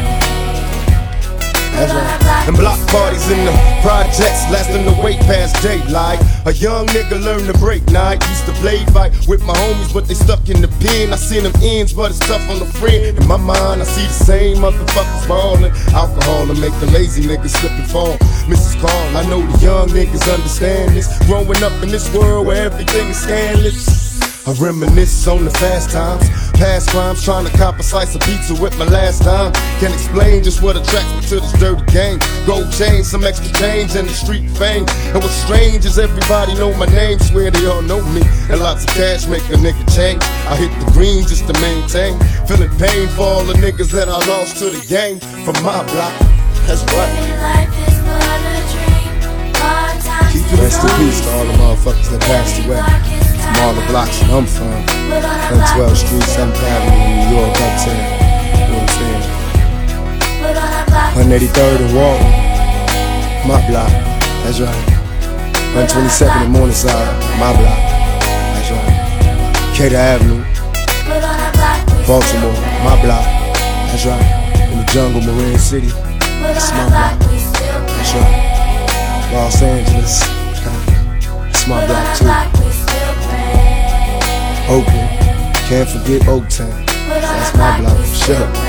That's right. And block parties in the projects lasting the way past daylight. A young nigga learned to break night. Used to play fight with my homies, but they stuck in the pen. I seen them ends, but it's tough on the friend. In my mind, I see the same motherfuckers ballin'. Alcohol to make the lazy niggas slip and fall. Mrs. Carl, I know the young niggas understand this. Growing up in this world where everything is scandalous. I reminisce on the fast times, past crimes, trying to cop a slice of pizza with my last time. Can't explain just what attracts me to this dirty game. Gold chain, some extra change, and the street fame. And what's strange is everybody know my name, swear they all know me. And lots of cash make a nigga change. I hit the green just to maintain. Feeling pain for all the niggas that I lost to the game from my block. That's right. Living life is but a dream. Hard times Keep is rest in all peace we to all the see. motherfuckers that passed Every away. block is From all the kinda blocks mean, that I'm from. but on our block 112th we Street, still 7th Avenue, New York, uptown. You know what I'm saying? But on our block we 183rd and still Walton. pray. My block, that's right. 122nd and Morningside, my block, that's right. Cater Avenue, But on our block we still Baltimore, pray. my block, that's right. In the jungle, Marin City, But that's on my our block block, we still that's pray. right. Los Angeles, that's my But on block our too. block we still pray. Oakland, can't forget Oaktown, But on that's our my block we for still sure. pray.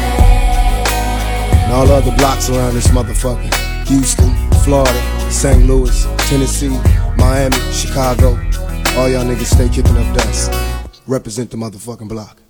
And all the other blocks around this motherfucker. Houston, Florida, St. Louis, Tennessee, Miami, Chicago. All y'all niggas stay kicking up dust. Represent the motherfucking block.